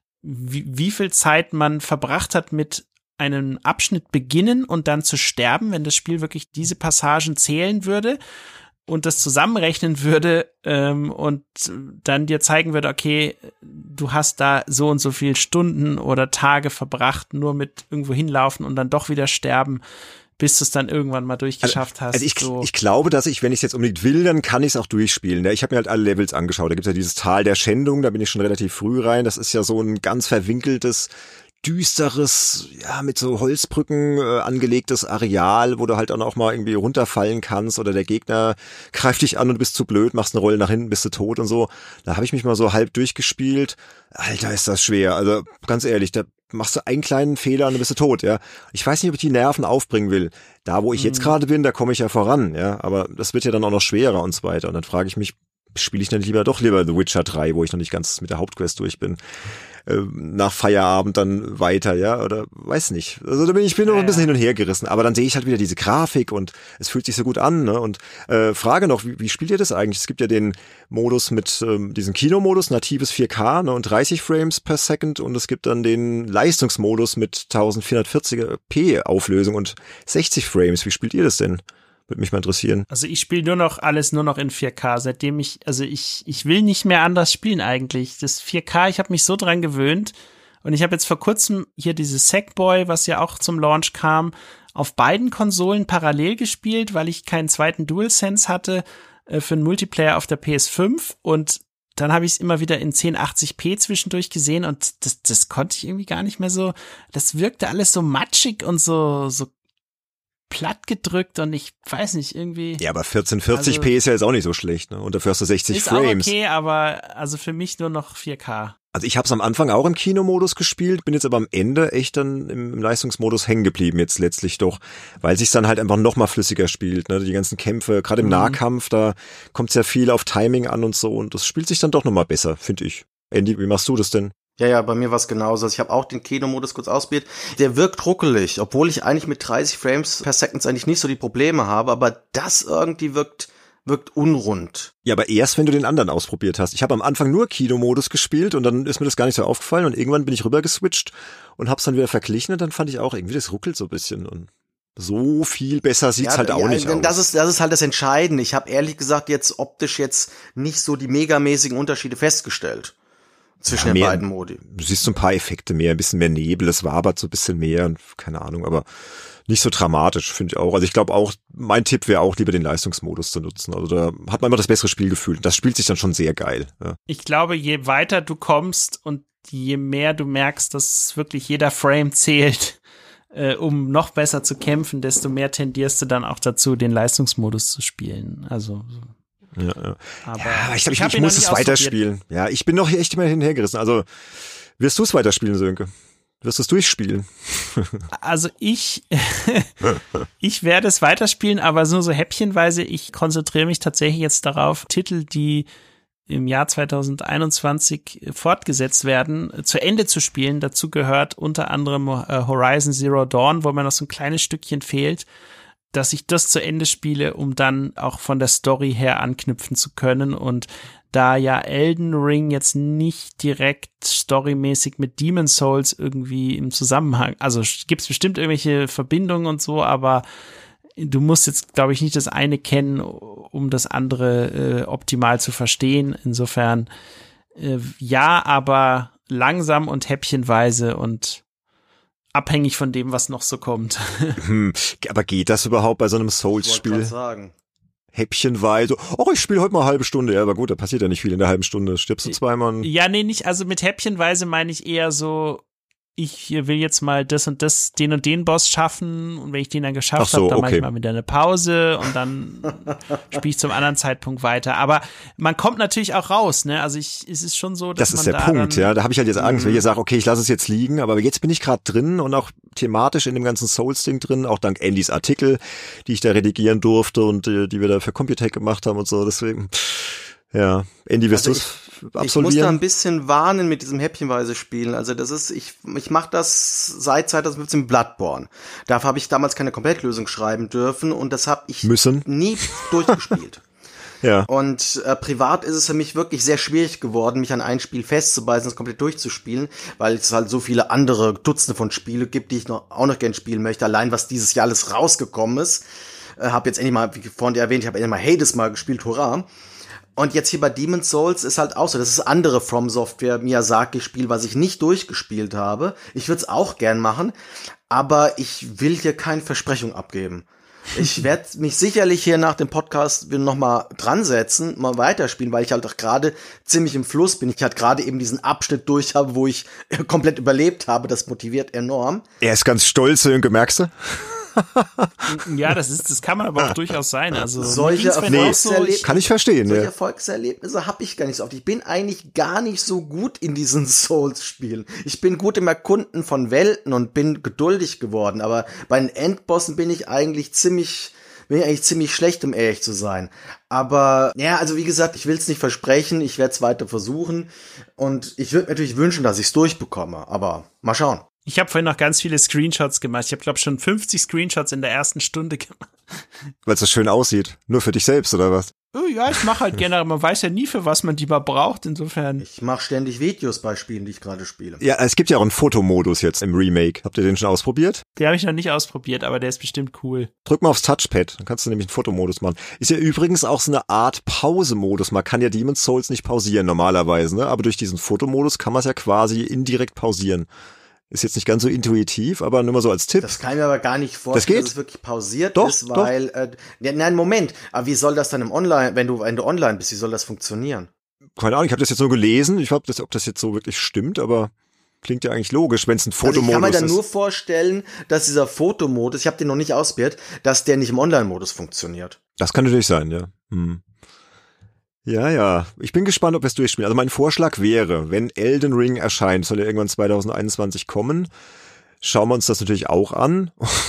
wie viel Zeit man verbracht hat mit einem Abschnitt beginnen und dann zu sterben, wenn das Spiel wirklich diese Passagen zählen würde und das zusammenrechnen würde und dann dir zeigen würde, okay, du hast da so und so viele Stunden oder Tage verbracht, nur mit irgendwo hinlaufen und dann doch wieder sterben, bis du es dann irgendwann mal durchgeschafft hast. Also ich glaube, dass wenn ich es jetzt unbedingt will, dann kann ich es auch durchspielen. Ich habe mir halt alle Levels angeschaut. Da gibt's ja dieses Tal der Schändung, da bin ich schon relativ früh rein. Das ist ja so ein ganz verwinkeltes, düsteres, ja, mit so Holzbrücken angelegtes Areal, wo du halt auch mal irgendwie runterfallen kannst oder der Gegner greift dich an und du bist zu blöd, machst eine Rolle nach hinten, bist du tot und so. Da habe ich mich mal so halb durchgespielt. Alter, ist das schwer. Also ganz ehrlich, da machst du einen kleinen Fehler und dann bist du tot, ja. Ich weiß nicht, ob ich die Nerven aufbringen will. Da, wo ich jetzt gerade bin, da komme ich ja voran, ja. Aber das wird ja dann auch noch schwerer und so weiter. Und dann frage ich mich, spiele ich dann lieber The Witcher 3, wo ich noch nicht ganz mit der Hauptquest durch bin. Nach Feierabend dann weiter, ja, oder weiß nicht. Also da bin ich noch ein bisschen hin und her gerissen, aber dann sehe ich halt wieder diese Grafik und es fühlt sich so gut an, ne? Und Frage noch, wie spielt ihr das eigentlich? Es gibt ja den Modus mit diesem Kinomodus, natives 4K, ne, und 30 Frames per Second und es gibt dann den Leistungsmodus mit 1440p Auflösung und 60 Frames. Wie spielt ihr das denn? Würde mich mal interessieren. Also ich spiele alles nur noch in 4K, seitdem ich will nicht mehr anders spielen eigentlich. Das 4K, ich habe mich so dran gewöhnt und ich habe jetzt vor kurzem hier dieses Sackboy, was ja auch zum Launch kam, auf beiden Konsolen parallel gespielt, weil ich keinen zweiten DualSense hatte für einen Multiplayer auf der PS5 und dann habe ich es immer wieder in 1080p zwischendurch gesehen und das konnte ich irgendwie gar nicht mehr so, das wirkte alles so matschig und so platt gedrückt und ich weiß nicht, irgendwie. Ja, aber 1440p ist ja jetzt auch nicht so schlecht, ne? Und dafür hast du 60 ist Frames. Ist auch okay, aber also für mich nur noch 4K. Also ich habe es am Anfang auch im Kinomodus gespielt, bin jetzt aber am Ende echt dann im Leistungsmodus hängen geblieben jetzt letztlich doch, weil sich's dann halt einfach noch mal flüssiger spielt, ne? Die ganzen Kämpfe, gerade im Nahkampf, da kommt sehr viel auf Timing an und so und das spielt sich dann doch noch mal besser, finde ich. Andy, wie machst du das denn? Ja, bei mir war es genauso. Also ich habe auch den Kinomodus kurz ausprobiert. Der wirkt ruckelig, obwohl ich eigentlich mit 30 Frames per Second eigentlich nicht so die Probleme habe, aber das irgendwie wirkt unrund. Ja, aber erst, wenn du den anderen ausprobiert hast. Ich habe am Anfang nur Kinomodus gespielt und dann ist mir das gar nicht so aufgefallen und irgendwann bin ich rüber geswitcht und hab's dann wieder verglichen und dann fand ich auch irgendwie, das ruckelt so ein bisschen und so viel besser sieht's halt auch nicht aus. Das ist halt das Entscheidende. Ich habe ehrlich gesagt jetzt optisch jetzt nicht so die megamäßigen Unterschiede festgestellt zwischen den beiden Modi. Du siehst so ein paar Effekte mehr, ein bisschen mehr Nebel, es wabert so ein bisschen mehr und keine Ahnung, aber nicht so dramatisch, finde ich auch. Also ich glaube auch, mein Tipp wäre auch, lieber den Leistungsmodus zu nutzen. Also da hat man immer das bessere Spielgefühl. Das spielt sich dann schon sehr geil. Ja. Ich glaube, je weiter du kommst und je mehr du merkst, dass wirklich jeder Frame zählt, um noch besser zu kämpfen, desto mehr tendierst du dann auch dazu, den Leistungsmodus zu spielen. Also ja. Aber ich glaube, ich muss es weiterspielen. Ja, ich bin noch echt immer hinhergerissen. Also wirst du es weiterspielen, Sönke? Wirst du es durchspielen? Also ich werde es weiterspielen, aber nur so häppchenweise. Ich konzentriere mich tatsächlich jetzt darauf, Titel, die im Jahr 2021 fortgesetzt werden, zu Ende zu spielen. Dazu gehört unter anderem Horizon Zero Dawn, wo mir noch so ein kleines Stückchen fehlt, dass ich das zu Ende spiele, um dann auch von der Story her anknüpfen zu können. Und da ja Elden Ring jetzt nicht direkt storymäßig mit Demon's Souls irgendwie im Zusammenhang, also gibt's bestimmt irgendwelche Verbindungen und so, aber du musst jetzt, glaube ich, nicht das eine kennen, um das andere optimal zu verstehen. Insofern ja, aber langsam und häppchenweise und abhängig von dem, was noch so kommt. Aber geht das überhaupt bei so einem Souls-Spiel? Ich wollte gerade sagen. Häppchenweise. Ich spiele heute mal eine halbe Stunde. Ja, aber gut, da passiert ja nicht viel in der halben Stunde. Stirbst du zweimal? Ja, nee, nicht. Also mit häppchenweise meine ich eher so, ich will jetzt mal das und das, den und den Boss schaffen und wenn ich den dann geschafft habe, dann mache ich mal wieder eine Pause und dann spiele ich zum anderen Zeitpunkt weiter. Aber man kommt natürlich auch raus, ne? Also es ist schon so, dass das ist der Punkt, ja. Da habe ich halt jetzt Angst, wenn ich sage, okay, ich lasse es jetzt liegen, aber jetzt bin ich gerade drin und auch thematisch in dem ganzen Souls-Ding drin, auch dank Andys Artikel, die ich da redigieren durfte und die wir da für Computech gemacht haben und so. Deswegen, ja. Andy, wirst du es absolvieren? Ich muss da ein bisschen warnen mit diesem häppchenweise Spielen. Also das ist, ich mache das seit 2015 mit Bloodborne. Dafür habe ich damals keine Komplettlösung schreiben dürfen und das habe ich nie durchgespielt. Ja. Und privat ist es für mich wirklich sehr schwierig geworden, mich an ein Spiel festzubeißen, es komplett durchzuspielen, weil es halt so viele andere Dutzende von Spiele gibt, die ich auch noch gerne spielen möchte. Allein was dieses Jahr alles rausgekommen ist. Habe jetzt endlich mal, wie vorhin erwähnt, ich habe endlich mal Hades mal gespielt, hurra. Und jetzt hier bei Demon's Souls ist halt auch so, das ist andere From Software Miyazaki-Spiel, was ich nicht durchgespielt habe. Ich würde es auch gern machen, aber ich will hier keine Versprechung abgeben. Ich werde mich sicherlich hier nach dem Podcast noch mal dran setzen, mal weiterspielen, weil ich halt auch gerade ziemlich im Fluss bin. Ich halt gerade eben diesen Abschnitt durch habe, wo ich komplett überlebt habe. Das motiviert enorm. Er ist ganz stolz, Sönke, merkst du? Ja, das kann man aber auch durchaus sein. Also solche Erfolgserlebnisse, kann ich verstehen. Solche Erfolgserlebnisse habe ich gar nicht so oft. Ich bin eigentlich gar nicht so gut in diesen Souls-Spielen. Ich bin gut im Erkunden von Welten und bin geduldig geworden, aber bei den Endbossen bin ich eigentlich ziemlich schlecht, um ehrlich zu sein. Aber ja, also wie gesagt, ich will es nicht versprechen, ich werde es weiter versuchen und ich würde mir natürlich wünschen, dass ich es durchbekomme, aber mal schauen. Ich habe vorhin noch ganz viele Screenshots gemacht. Ich habe, glaube ich, schon 50 Screenshots in der ersten Stunde gemacht. Weil es so schön aussieht. Nur für dich selbst, oder was? Oh, ja, ich mache halt generell, man weiß ja nie, für was man die mal braucht, insofern. Ich mache ständig Videos bei Spielen, die ich gerade spiele. Ja, es gibt ja auch einen Fotomodus jetzt im Remake. Habt ihr den schon ausprobiert? Den habe ich noch nicht ausprobiert, aber der ist bestimmt cool. Drück mal aufs Touchpad, dann kannst du nämlich einen Fotomodus machen. Ist ja übrigens auch so eine Art Pausemodus. Man kann ja Demon's Souls nicht pausieren normalerweise, ne? Aber durch diesen Fotomodus kann man es ja quasi indirekt pausieren. Ist jetzt nicht ganz so intuitiv, aber nur mal so als Tipp. Das kann ich mir aber gar nicht vorstellen, dass es wirklich pausiert ist, weil, nein, Moment, aber wie soll das dann im Online, wenn du online bist, wie soll das funktionieren? Keine Ahnung, ich habe das jetzt nur gelesen, ich weiß nicht, ob das jetzt so wirklich stimmt, aber klingt ja eigentlich logisch, wenn es ein Fotomodus ist. Ich kann mir dann nur vorstellen, dass dieser Fotomodus, ich habe den noch nicht ausprobiert, dass der nicht im Online-Modus funktioniert. Das kann natürlich sein, ja. Ja. Ich bin gespannt, ob wir es durchspielen. Also mein Vorschlag wäre, wenn Elden Ring erscheint, soll ja irgendwann 2021 kommen, schauen wir uns das natürlich auch an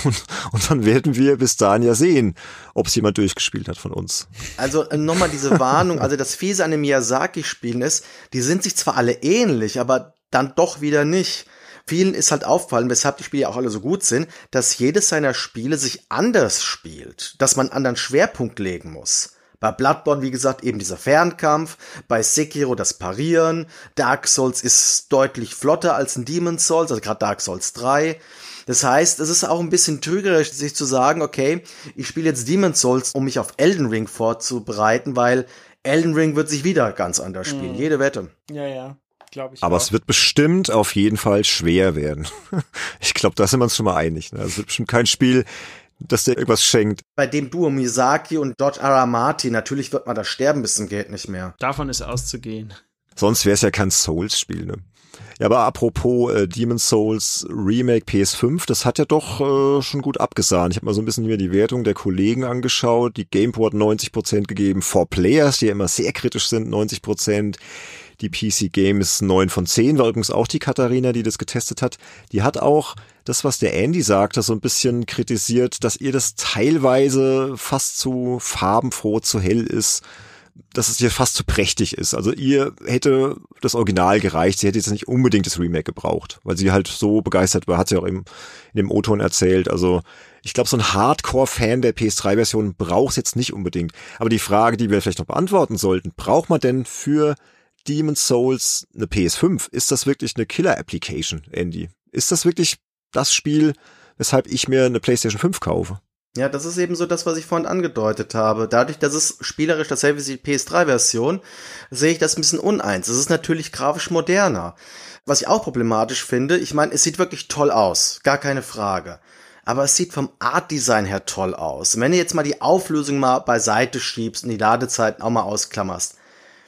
und dann werden wir bis dahin ja sehen, ob es jemand durchgespielt hat von uns. Also nochmal diese Warnung, also das Fiese an den Miyazaki-Spielen ist, die sind sich zwar alle ähnlich, aber dann doch wieder nicht. Vielen ist halt auffallen, weshalb die Spiele ja auch alle so gut sind, dass jedes seiner Spiele sich anders spielt, dass man einen anderen Schwerpunkt legen muss. Bei Bloodborne, wie gesagt, eben dieser Fernkampf, bei Sekiro das Parieren, Dark Souls ist deutlich flotter als ein Demon's Souls, also gerade Dark Souls 3. Das heißt, es ist auch ein bisschen trügerisch, sich zu sagen, okay, ich spiele jetzt Demon's Souls, um mich auf Elden Ring vorzubereiten, weil Elden Ring wird sich wieder ganz anders spielen, jede Wette. Ja, glaube ich. Aber auch. es wird bestimmt auf jeden Fall schwer werden. Ich glaube, da sind wir uns schon mal einig. Ne? Es wird bestimmt kein Spiel, dass der irgendwas schenkt. Bei dem Duo Miyazaki und George R.R. Martin, natürlich wird man da sterben bis zum geht nicht mehr. Davon ist auszugehen. Sonst wäre es ja kein Souls-Spiel, ne? Ja, aber apropos Demon's Souls Remake PS5, das hat ja doch schon gut abgesahnt. Ich habe mal so ein bisschen mir die Wertung der Kollegen angeschaut. Die GamePro hat 90% gegeben. 4Players, die ja immer sehr kritisch sind, 90%. Die PC Games 9 von 10, war übrigens auch die Katharina, die das getestet hat. Die hat auch das, was der Andy sagte, so ein bisschen kritisiert, dass ihr das teilweise fast zu farbenfroh, zu hell ist, dass es ihr fast zu prächtig ist. Also ihr hätte das Original gereicht, sie hätte jetzt nicht unbedingt das Remake gebraucht, weil sie halt so begeistert war, hat sie auch in dem O-Ton erzählt. Also ich glaube, so ein Hardcore-Fan der PS3-Version braucht es jetzt nicht unbedingt. Aber die Frage, die wir vielleicht noch beantworten sollten, braucht man denn für Demon's Souls eine PS5? Ist das wirklich eine Killer-Application, Andy? Ist das wirklich das Spiel, weshalb ich mir eine PlayStation 5 kaufe? Ja, das ist eben so das, was ich vorhin angedeutet habe. Dadurch, dass es spielerisch dasselbe ist wie die PS3-Version, sehe ich das ein bisschen uneins. Es ist natürlich grafisch moderner. Was ich auch problematisch finde, ich meine, es sieht wirklich toll aus, gar keine Frage. Aber es sieht vom Art-Design her toll aus. Und wenn du jetzt mal die Auflösung mal beiseite schiebst und die Ladezeiten auch mal ausklammerst,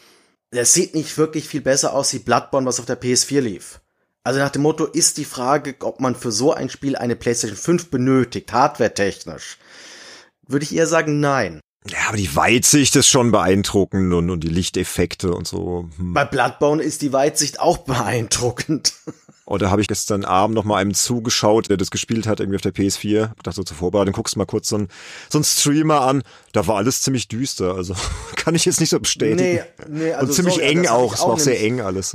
das sieht nicht wirklich viel besser aus wie Bloodborne, was auf der PS4 lief. Also nach dem Motto ist die Frage, ob man für so ein Spiel eine PlayStation 5 benötigt, hardwaretechnisch. Würde ich eher sagen, nein. Ja, aber die Weitsicht ist schon beeindruckend und die Lichteffekte und so. Bei Bloodborne ist die Weitsicht auch beeindruckend. Oder habe ich gestern Abend noch mal einem zugeschaut, der das gespielt hat, irgendwie auf der PS4. Ich dachte so zur Vorbereitung, guckst du mal kurz so einen Streamer an. Da war alles ziemlich düster, also kann ich jetzt nicht so bestätigen. Nee, also und ziemlich sorry, eng auch, es war auch sehr nämlich, eng alles.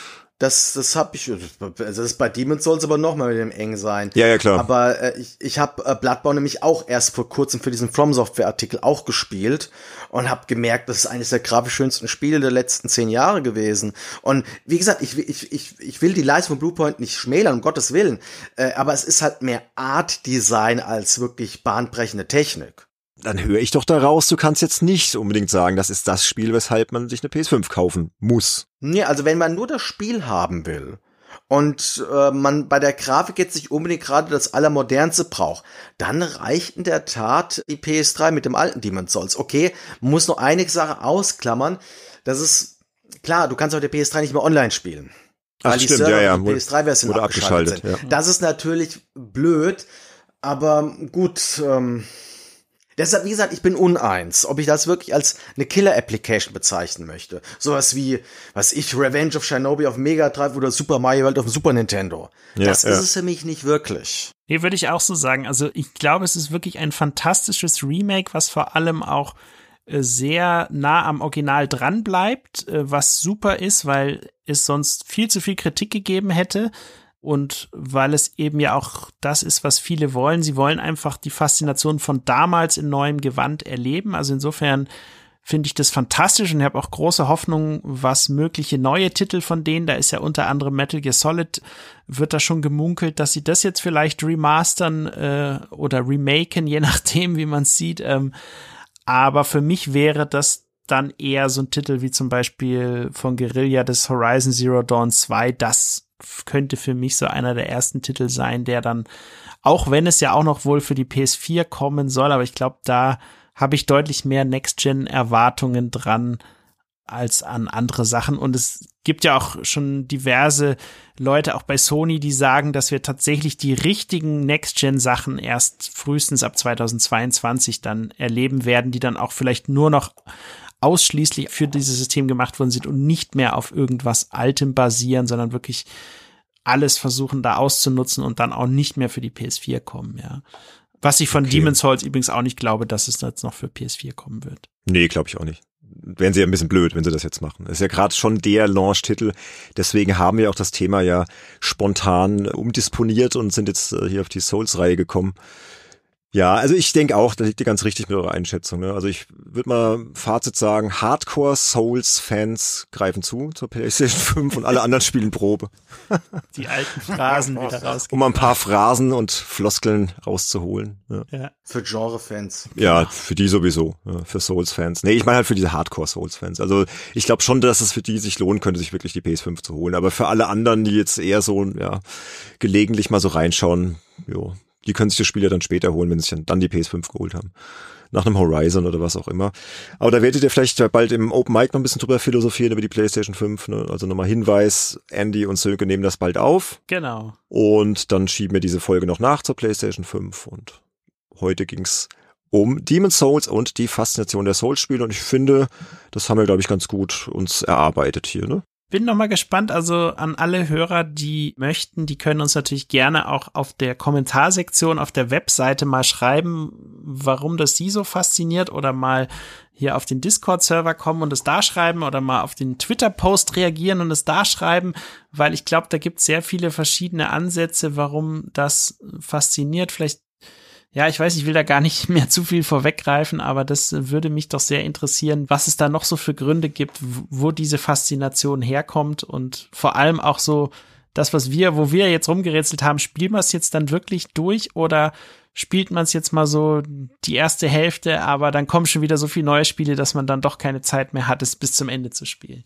Das habe ich, das ist bei Demon's Souls aber noch mal mit dem eng sein. Ja, klar. Aber ich habe Bloodborne nämlich auch erst vor kurzem für diesen From Software Artikel auch gespielt und habe gemerkt, das ist eines der grafisch schönsten Spiele der letzten 10 Jahre gewesen. Und wie gesagt, ich will die Leistung von Bluepoint nicht schmälern, um Gottes Willen. Aber es ist halt mehr Art Design als wirklich bahnbrechende Technik. Dann höre ich doch daraus, du kannst jetzt nicht unbedingt sagen, das ist das Spiel, weshalb man sich eine PS5 kaufen muss. Nee, also wenn man nur das Spiel haben will und man bei der Grafik jetzt nicht unbedingt gerade das Allermodernste braucht, dann reicht in der Tat die PS3 mit dem alten Demon's Souls. Okay, man muss noch einige Sachen ausklammern. Das ist klar, du kannst auf der PS3 nicht mehr online spielen. Weil die Server der PS3-Version abgeschaltet sind. Ja. Das ist natürlich blöd, aber gut, deshalb, wie gesagt, ich bin uneins, ob ich das wirklich als eine Killer-Application bezeichnen möchte. Sowas wie, Revenge of Shinobi auf Mega Drive oder Super Mario World auf dem Super Nintendo. Ja, das ist es für mich nicht wirklich. Nee, würde ich auch so sagen. Also ich glaube, es ist wirklich ein fantastisches Remake, was vor allem auch sehr nah am Original dran bleibt, was super ist, weil es sonst viel zu viel Kritik gegeben hätte. Und weil es eben ja auch das ist, was viele wollen. Sie wollen einfach die Faszination von damals in neuem Gewand erleben. Also insofern finde ich das fantastisch und ich habe auch große Hoffnung, was mögliche neue Titel von denen, da ist ja unter anderem Metal Gear Solid, wird da schon gemunkelt, dass sie das jetzt vielleicht remastern oder remaken, je nachdem, wie man es sieht. Aber für mich wäre das dann eher so ein Titel wie zum Beispiel von Guerilla des Horizon Zero Dawn 2, das könnte für mich so einer der ersten Titel sein, der dann, auch wenn es ja auch noch wohl für die PS4 kommen soll, aber ich glaube, da habe ich deutlich mehr Next-Gen-Erwartungen dran als an andere Sachen. Und es gibt ja auch schon diverse Leute, auch bei Sony, die sagen, dass wir tatsächlich die richtigen Next-Gen-Sachen erst frühestens ab 2022 dann erleben werden, die dann auch vielleicht nur noch ausschließlich für dieses System gemacht worden sind und nicht mehr auf irgendwas Altem basieren, sondern wirklich alles versuchen da auszunutzen und dann auch nicht mehr für die PS4 kommen, ja. Was ich von Demon's Souls übrigens auch nicht glaube, dass es jetzt noch für PS4 kommen wird. Nee, glaube ich auch nicht. Wären sie ja ein bisschen blöd, wenn sie das jetzt machen. Das ist ja gerade schon der Launch-Titel. Deswegen haben wir auch das Thema ja spontan umdisponiert und sind jetzt hier auf die Souls-Reihe gekommen. Ja, also ich denke auch, da liegt ihr ganz richtig mit eurer Einschätzung. Ne? Also ich würde mal Fazit sagen, Hardcore-Souls-Fans greifen zu zur PlayStation 5 und alle anderen spielen Probe. Die alten Phrasen wieder rausgehen. Um mal ein paar Phrasen und Floskeln rauszuholen. Ja. Für Genre-Fans. Ja, für die sowieso. Ja, für Souls-Fans. Nee, ich meine halt für diese Hardcore-Souls-Fans. Also ich glaube schon, dass es für die sich lohnen könnte, sich wirklich die PS5 zu holen. Aber für alle anderen, die jetzt eher so gelegentlich mal so reinschauen, jo, die können sich das Spiel ja dann später holen, wenn sie sich dann die PS5 geholt haben. Nach einem Horizon oder was auch immer. Aber da werdet ihr vielleicht bald im Open Mic noch ein bisschen drüber philosophieren über die PlayStation 5. Ne? Also nochmal Hinweis, Andy und Sönke nehmen das bald auf. Genau. Und dann schieben wir diese Folge noch nach zur PlayStation 5. Und heute ging's um Demon's Souls und die Faszination der Souls-Spiele. Und ich finde, das haben wir, glaube ich, ganz gut uns erarbeitet hier, ne? Bin noch mal gespannt, also an alle Hörer, die möchten, die können uns natürlich gerne auch auf der Kommentarsektion auf der Webseite mal schreiben, warum das sie so fasziniert oder mal hier auf den Discord-Server kommen und es da schreiben oder mal auf den Twitter-Post reagieren und es da schreiben, weil ich glaube, da gibt es sehr viele verschiedene Ansätze, warum das fasziniert. Vielleicht, ja, ich weiß, ich will da gar nicht mehr zu viel vorweggreifen, aber das würde mich doch sehr interessieren, was es da noch so für Gründe gibt, wo diese Faszination herkommt und vor allem auch so das, wo wir jetzt rumgerätselt haben, spielt man es jetzt dann wirklich durch oder spielt man es jetzt mal so die erste Hälfte, aber dann kommen schon wieder so viele neue Spiele, dass man dann doch keine Zeit mehr hat, es bis zum Ende zu spielen.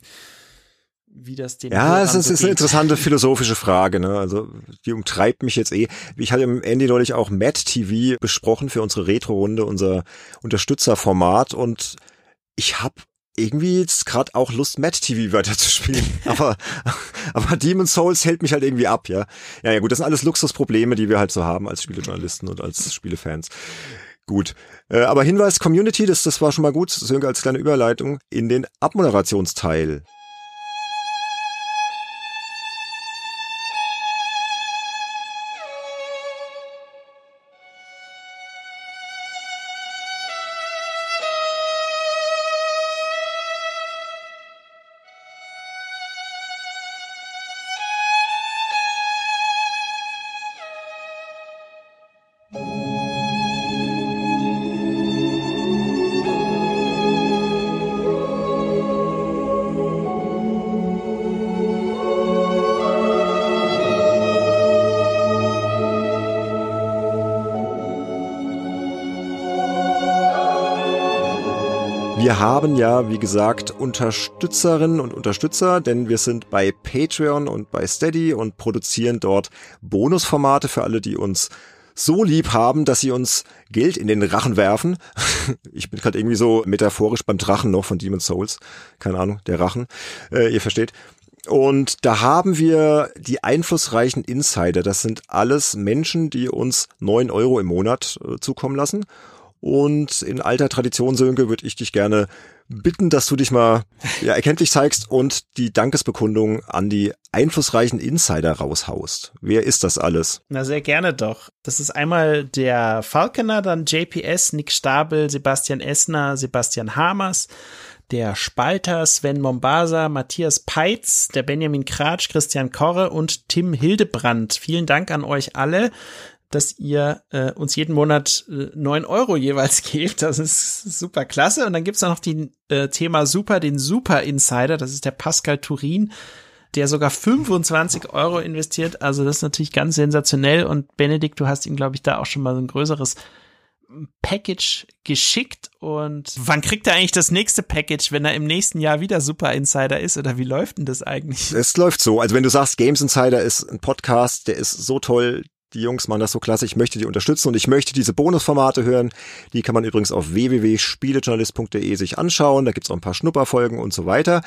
Wie das den ja, es ist eine interessante philosophische Frage, ne? Also die umtreibt mich jetzt eh. Ich hatte im Andy neulich auch Mad TV besprochen für unsere Retro-Runde, unser Unterstützerformat und ich habe irgendwie jetzt gerade auch Lust, Mad TV weiterzuspielen. aber Demon's Souls hält mich halt irgendwie ab, ja. Ja, gut, das sind alles Luxusprobleme, die wir halt so haben als Spielejournalisten und als Spielefans. Gut. Aber Hinweis, Community, das war schon mal gut, Sönke als kleine Überleitung in den Abmoderationsteil. Wir haben ja, wie gesagt, Unterstützerinnen und Unterstützer, denn wir sind bei Patreon und bei Steady und produzieren dort Bonusformate für alle, die uns so lieb haben, dass sie uns Geld in den Rachen werfen. Ich bin gerade irgendwie so metaphorisch beim Drachen noch von Demon's Souls. Keine Ahnung, der Rachen. Ihr versteht. Und da haben wir die einflussreichen Insider. Das sind alles Menschen, die uns 9 € im Monat zukommen lassen. Und in alter Tradition, Sönke, würde ich dich gerne bitten, dass du dich mal erkenntlich zeigst und die Dankesbekundung an die einflussreichen Insider raushaust. Wer ist das alles? Na, sehr gerne doch. Das ist einmal der Falconer, dann JPS, Nick Stabel, Sebastian Essner, Sebastian Hamers, der Spalter, Sven Mombasa, Matthias Peitz, der Benjamin Kratsch, Christian Korre und Tim Hildebrand. Vielen Dank an euch alle, dass ihr uns jeden Monat 9 € jeweils gebt. Das ist super klasse. Und dann gibt's noch den den Super Insider. Das ist der Pascal Turin, der sogar 25 € investiert. Also das ist natürlich ganz sensationell. Und Benedikt, du hast ihm, glaube ich, da auch schon mal so ein größeres Package geschickt. Und wann kriegt er eigentlich das nächste Package, wenn er im nächsten Jahr wieder Super Insider ist? Oder wie läuft denn das eigentlich? Es läuft so. Also wenn du sagst, Games Insider ist ein Podcast, der ist so toll, die Jungs machen das so klasse, ich möchte die unterstützen und ich möchte diese Bonusformate hören. Die kann man übrigens auf www.spielejournalist.de sich anschauen. Da gibt's auch ein paar Schnupperfolgen und so weiter.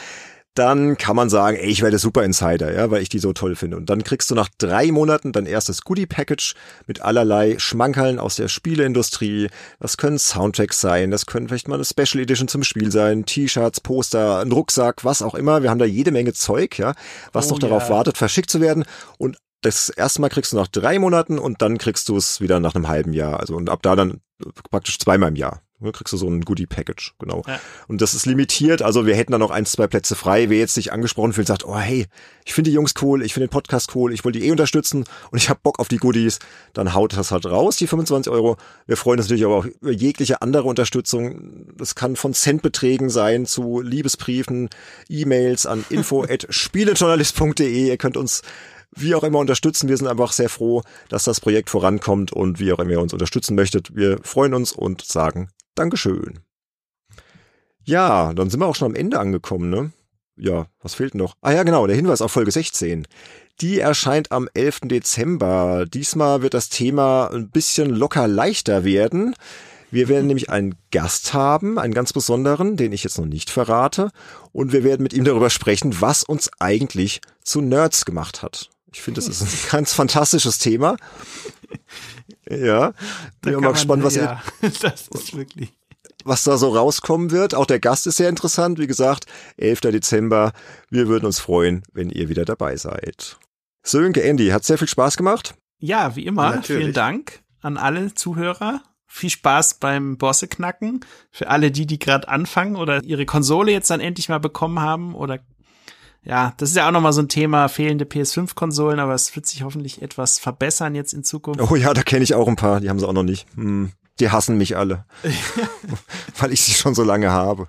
dann kann man sagen, ey, ich werde Super Insider, ja, weil ich die so toll finde. Und dann kriegst du nach 3 Monaten dein erstes Goodie-Package mit allerlei Schmankerln aus der Spieleindustrie. Das können Soundtracks sein, das können vielleicht mal eine Special Edition zum Spiel sein, T-Shirts, Poster, ein Rucksack, was auch immer. Wir haben da jede Menge Zeug, ja, was noch darauf wartet, verschickt zu werden. Und das erste Mal kriegst du nach 3 Monaten und dann kriegst du es wieder nach einem halben Jahr. Also und ab da dann praktisch 2-mal im Jahr. Da kriegst du so ein Goodie-Package, genau. Ja. Und das ist limitiert, also wir hätten da noch 1, 2 Plätze frei. Wer jetzt sich angesprochen fühlt, sagt, oh hey, ich finde die Jungs cool, ich finde den Podcast cool, ich wollte die unterstützen und ich habe Bock auf die Goodies, dann haut das halt raus, die 25 €. Wir freuen uns natürlich aber auch über jegliche andere Unterstützung. Das kann von Centbeträgen sein zu Liebesbriefen, E-Mails an info@spielejournalist.de. Ihr könnt uns wie auch immer unterstützen. Wir sind einfach sehr froh, dass das Projekt vorankommt und wie auch immer ihr uns unterstützen möchtet. Wir freuen uns und sagen Dankeschön. Ja, dann sind wir auch schon am Ende angekommen, ne? Ja, was fehlt noch? Ah ja, genau, der Hinweis auf Folge 16. Die erscheint am 11. Dezember. Diesmal wird das Thema ein bisschen locker leichter werden. Wir werden nämlich einen Gast haben, einen ganz besonderen, den ich jetzt noch nicht verrate. Und wir werden mit ihm darüber sprechen, was uns eigentlich zu Nerds gemacht hat. Ich finde, das ist ein ganz fantastisches Thema. Ja, bin mal gespannt, was das ist wirklich, was da so rauskommen wird. Auch der Gast ist sehr interessant. Wie gesagt, 11. Dezember. Wir würden uns freuen, wenn ihr wieder dabei seid. Sönke, Andy, hat sehr viel Spaß gemacht. Ja, wie immer. Natürlich. Vielen Dank an alle Zuhörer. Viel Spaß beim Bosse knacken. Für alle die gerade anfangen oder ihre Konsole jetzt dann endlich mal bekommen haben oder ja, das ist ja auch nochmal so ein Thema, fehlende PS5-Konsolen, aber es wird sich hoffentlich etwas verbessern jetzt in Zukunft. Oh ja, da kenne ich auch ein paar, die haben sie auch noch nicht. Die hassen mich alle, weil ich sie schon so lange habe.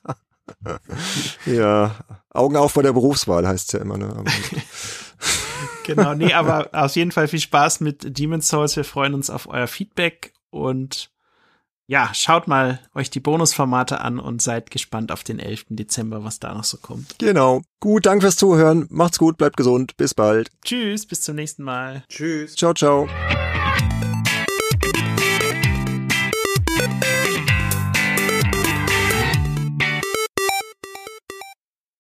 Ja, Augen auf bei der Berufswahl heißt es ja immer. Ne? Genau, nee, aber auf jeden Fall viel Spaß mit Demon's Souls. Wir freuen uns auf euer Feedback und ja, schaut mal euch die Bonusformate an und seid gespannt auf den 11. Dezember, was da noch so kommt. Genau. Gut, danke fürs Zuhören. Macht's gut, bleibt gesund. Bis bald. Tschüss, bis zum nächsten Mal. Tschüss. Ciao, ciao.